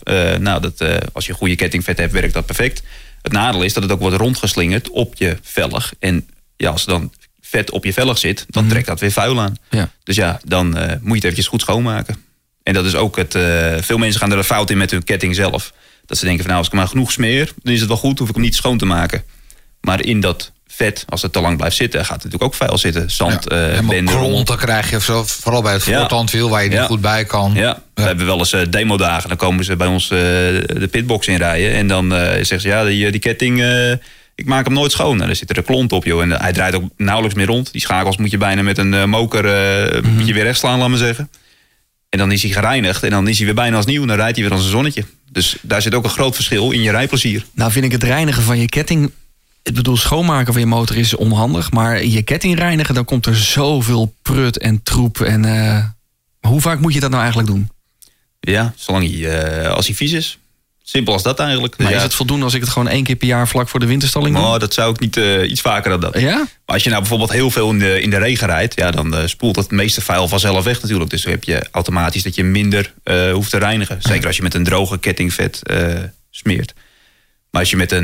Als je goede kettingvet hebt, werkt dat perfect. Het nadeel is dat het ook wordt rondgeslingerd op je velg. En ja, als er dan vet op je velg zit, dan trekt dat weer vuil aan. Ja. Dus ja, dan moet je het eventjes goed schoonmaken. En dat is ook het... veel mensen gaan er een fout in met hun ketting zelf. Dat ze denken van nou, als ik maar genoeg smeer, dan is het wel goed, hoef ik hem niet schoon te maken. Maar in dat vet, als het te lang blijft zitten, gaat het natuurlijk ook vuil zitten. Zand, helemaal klonten krijg je of zo, vooral bij het voortandwiel waar je niet goed bij kan. Ja. We hebben wel eens demodagen. Dan komen ze bij ons de pitbox inrijden. En dan zeggen ze, die ketting, ik maak hem nooit schoon. En dan zit er een klont op, joh. En hij draait ook nauwelijks meer rond. Die schakels moet je bijna met een moker moet je weer rechtslaan, laat maar zeggen. En dan is hij gereinigd en dan is hij weer bijna als nieuw. En dan rijdt hij weer als een zonnetje. Dus daar zit ook een groot verschil in je rijplezier. Nou vind ik het reinigen van je ketting... Ik bedoel, schoonmaken van je motor is onhandig. Maar je ketting reinigen, dan komt er zoveel prut en troep. En hoe vaak moet je dat nou eigenlijk doen? Ja, zolang als hij vies is. Simpel als dat eigenlijk. Maar is het voldoende als ik het gewoon 1 keer per jaar vlak voor de winterstalling doe? Oh, dat zou ik niet iets vaker dan dat. Ja? Maar als je nou bijvoorbeeld heel veel in de regen rijdt, dan spoelt het meeste vuil vanzelf weg natuurlijk. Dus dan heb je automatisch dat je minder hoeft te reinigen. Zeker als je met een droge kettingvet smeert. Maar als je met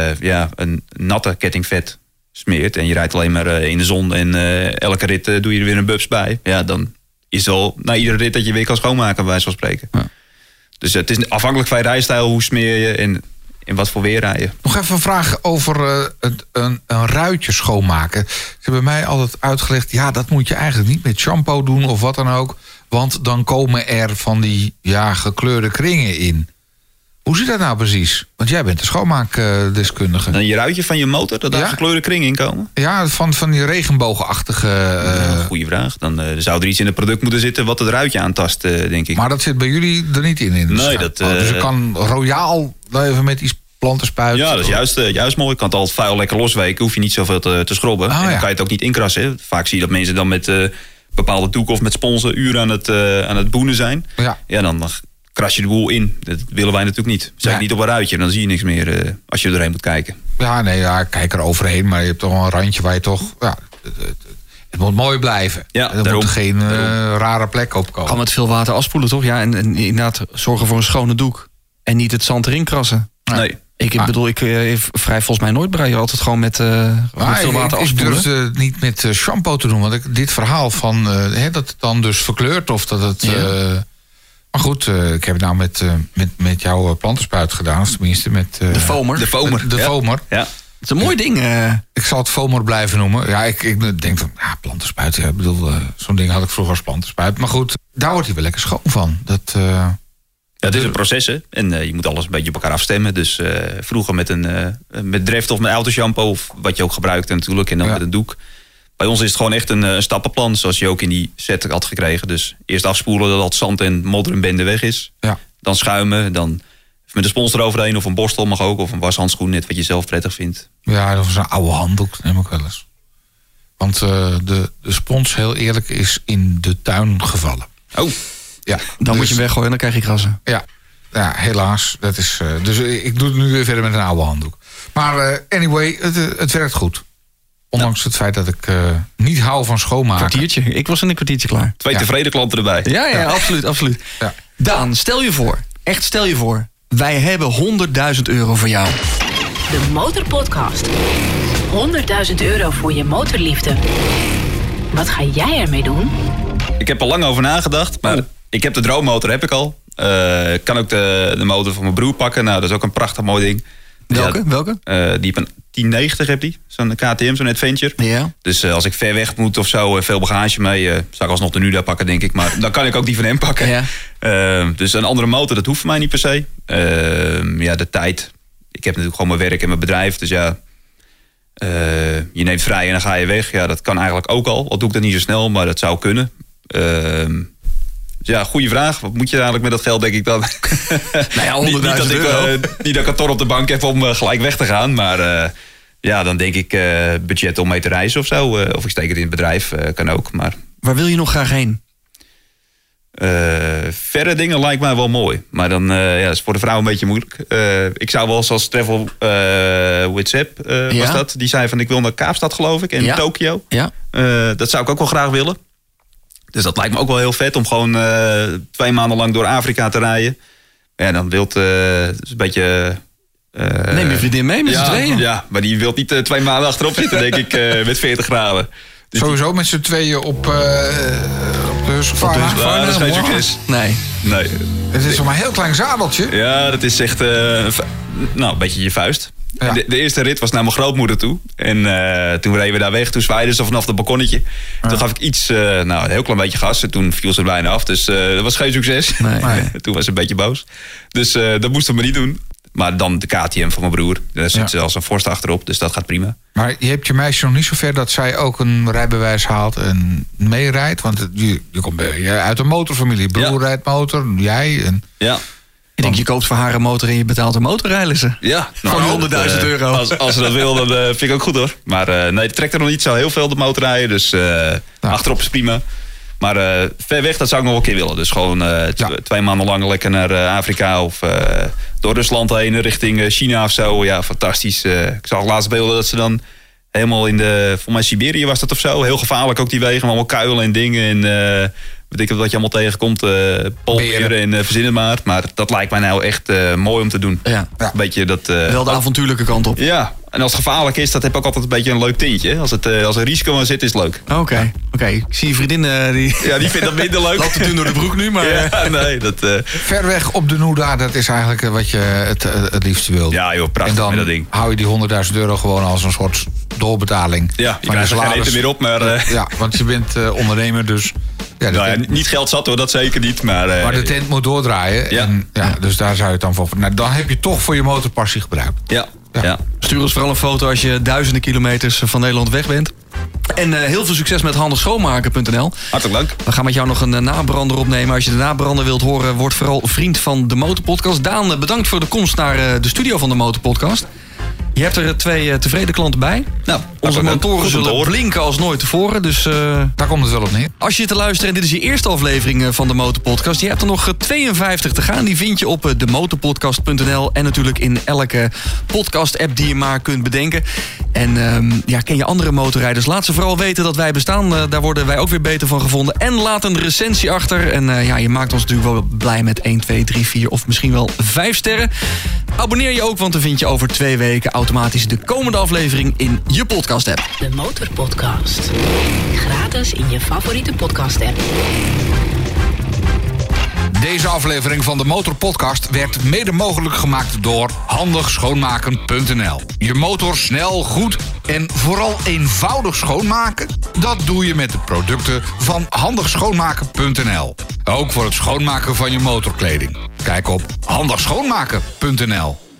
een natte kettingvet smeert en je rijdt alleen maar in de zon en elke rit doe je er weer een bubs bij. Ja, dan is het al na iedere rit dat je weer kan schoonmaken, bij wijze van spreken. Ja. Dus het is afhankelijk van je rijstijl, hoe smeer je en in wat voor weer rijden. Nog even een vraag over een ruitje schoonmaken. Ze hebben mij altijd uitgelegd, dat moet je eigenlijk niet met shampoo doen of wat dan ook. Want dan komen er van die gekleurde kringen in. Hoe zit dat nou precies? Want jij bent de schoonmaakdeskundige. En je ruitje van je motor, dat daar gekleurde kringen in komen? Ja, van die regenboogachtige... Goeie vraag. Dan zou er iets in het product moeten zitten wat het ruitje aantast, denk ik. Maar dat zit bij jullie er niet in? Nee, dus je kan royaal even met iets planten spuiten? Ja, dat is juist mooi. Je kan het al het vuil lekker losweken. Hoef je niet zoveel te schrobben. En dan kan je het ook niet inkrassen. Vaak zie je dat mensen dan met bepaalde doeken of met sponsen uren aan het boenen zijn. Ja, dan kras je de boel in. Dat willen wij natuurlijk niet. Zeg niet op een ruitje, dan zie je niks meer als je er doorheen moet kijken. Ik kijk er overheen, maar je hebt toch wel een randje waar je toch... het moet mooi blijven. Ja, er moet geen rare plek opkomen. Kan met veel water afspoelen, toch? Ja, en inderdaad zorgen voor een schone doek. En niet het zand erin krassen. Nee. Ik vrij volgens mij nooit breien. Altijd gewoon met veel water afspoelen. Ik durf het niet met shampoo te doen. Want dit verhaal van dat het dan dus verkleurt of dat het... Maar goed, ik heb het nou met jouw plantenspuit gedaan. Tenminste met... de foamer. De foamer. Ja. Het is een mooi ding. Ik zal het foamer blijven noemen. Ja, ik denk van, plantenspuit. Ik bedoel, zo'n ding had ik vroeger als plantenspuit. Maar goed, daar wordt hij wel lekker schoon van. Het is een proces, hè. En je moet alles een beetje op elkaar afstemmen. Dus vroeger met Dreft of met autoshampoo, of wat je ook gebruikte natuurlijk. En dan met een doek. Bij ons is het gewoon echt een stappenplan, zoals je ook in die set had gekregen. Dus eerst afspoelen dat het zand en modder en bende weg is. Ja. Dan schuimen, dan met een spons eroverheen of een borstel mag ook. Of een washandschoen, net wat je zelf prettig vindt. Ja, of zo'n oude handdoek, neem ik wel eens. Want de spons, heel eerlijk, is in de tuin gevallen. Oh. Ja, dan moet je hem weggooien en dan krijg je krassen. Ja, helaas. Dat is, dus ik doe het nu weer verder met een oude handdoek. Maar anyway, het werkt goed. Ondanks het feit dat ik niet hou van schoonmaken. Kwartiertje. Ik was in een kwartiertje klaar. 2 tevreden klanten erbij. Ja, absoluut. Ja. Daan, stel je voor. Wij hebben €100.000 voor jou. De Motorpodcast. €100.000 voor je motorliefde. Wat ga jij ermee doen? Ik heb er lang over nagedacht, maar ik heb de droommotor, heb ik al. Ik kan ook de motor van mijn broer pakken. Nou, dat is ook een prachtig mooi ding. Welke? Die heeft een 1090, heb die. Zo'n KTM, zo'n Adventure. Ja. Dus als ik ver weg moet of zo, veel bagage mee... zou ik alsnog de Nuda pakken, denk ik. Maar dan kan ik ook die van hem pakken. Ja. Dus een andere motor, dat hoeft voor mij niet per se. De tijd. Ik heb natuurlijk gewoon mijn werk en mijn bedrijf. Dus je neemt vrij en dan ga je weg. Ja, dat kan eigenlijk ook al. Al doe ik dat niet zo snel, maar dat zou kunnen. Goede vraag. Wat moet je eigenlijk met dat geld, denk ik dan? €100.000. Niet dat ik een ton op de bank heb om gelijk weg te gaan. Maar dan denk ik budget om mee te reizen of zo. Of ik steek het in het bedrijf, kan ook. Maar waar wil je nog graag heen? Verre dingen lijkt mij wel mooi. Maar dan is voor de vrouw een beetje moeilijk. Ik zou wel zoals Travel WhatsApp was dat. Die zei van ik wil naar Kaapstad, geloof ik. En Tokio. Ja. Dat zou ik ook wel graag willen. Dus dat lijkt me ook wel heel vet om gewoon 2 maanden lang door Afrika te rijden. Ja, dan wilt een beetje... Neem je vriendin mee met z'n tweeën? Ja, maar die wil niet 2 maanden achterop zitten, denk ik, met 40 graden. Dus sowieso met z'n tweeën op de Husqvarna? Dat is geen succes. Nee. Het is maar een heel klein zadeltje. Ja, dat is echt een beetje je vuist. Ja. De eerste rit was naar mijn grootmoeder toe. En toen reden we daar weg. Toen zwaaiden ze vanaf het balkonnetje. Toen gaf ik iets, een heel klein beetje gas. En toen viel ze bijna af. Dus dat was geen succes. Nee. Toen was ze een beetje boos. Dus dat moesten we niet doen. Maar dan de KTM van mijn broer. Daar zit zelfs een Forst achterop. Dus dat gaat prima. Maar je hebt je meisje nog niet zo ver dat zij ook een rijbewijs haalt en meerijdt? Want je komt uit een motorfamilie. Je broer rijdt motor, jij. En... Ja. Ik denk, je koopt voor haar een motor en je betaalt een motorrijlessen. Ja. Gewoon €100.000. Als ze dat wil, dan vind ik ook goed hoor. Maar nee, het trekt er nog niet zo heel veel de motorrijden. Dus achterop is prima. Maar ver weg, dat zou ik nog wel een keer willen. Dus gewoon 2 maanden lang lekker naar Afrika of door Rusland heen richting China of zo. Ja, fantastisch. Ik zag laatst beelden dat ze dan helemaal voor mij Siberië was dat of zo. Heel gevaarlijk ook die wegen, allemaal kuilen en dingen. En weet ik wat je allemaal tegenkomt. Polberen en verzin het maar. Maar dat lijkt mij nou echt mooi om te doen. Ja. Een beetje dat... Wel de avontuurlijke kant op. Ja, en als het gevaarlijk is, dat heb ook altijd een beetje een leuk tintje. Als er risico aan zit, is het leuk. Oké. Ik zie je vriendin die... Ja, die vindt dat minder leuk. Loopt het toen door de broek nu, maar... Ja, nee, dat... Ver weg op de Nuda, dat is eigenlijk wat je het liefst wilt. Ja joh, prachtig en dan met dat ding. hou je die €100.000 gewoon als een soort doorbetaling. Ja, je krijgt er geen eten meer op, maar... Ja, want je bent ondernemer, dus... Ja, niet geld zat hoor, dat zeker niet. Maar de tent moet doordraaien. Ja. En, dus daar zou je het dan voor... Nou, dan heb je toch voor je motorpassie gebruikt. Ja. Stuur ons vooral een foto als je duizenden kilometers van Nederland weg bent. En heel veel succes met handigschoonmaken.nl. Hartelijk dank. We gaan met jou nog een nabrander opnemen. Als je de nabrander wilt horen, word vooral vriend van de Motorpodcast. Daan, bedankt voor de komst naar de studio van de Motorpodcast. Je hebt er 2 tevreden klanten bij. Nou, onze motoren zullen blinken als nooit tevoren. Dus daar komt het wel op neer. als je te luisteren en dit is je eerste aflevering van de Motorpodcast, je hebt er nog 52 te gaan. Die vind je op demotorpodcast.nl en natuurlijk in elke podcast-app die je maar kunt bedenken. En ken je andere motorrijders? Laat ze vooral weten dat wij bestaan. Daar worden wij ook weer beter van gevonden. En laat een recensie achter. En je maakt ons natuurlijk wel blij met 1, 2, 3, 4 of misschien wel 5 sterren. Abonneer je ook, want dan vind je over 2 weken automatisch de komende aflevering in je podcast-app. De Motorpodcast. Gratis in je favoriete podcast-app. Deze aflevering van de Motorpodcast werd mede mogelijk gemaakt door handigschoonmaken.nl. Je motor snel, goed en vooral eenvoudig schoonmaken? Dat doe je met de producten van handigschoonmaken.nl. Ook voor het schoonmaken van je motorkleding. Kijk op handigschoonmaken.nl.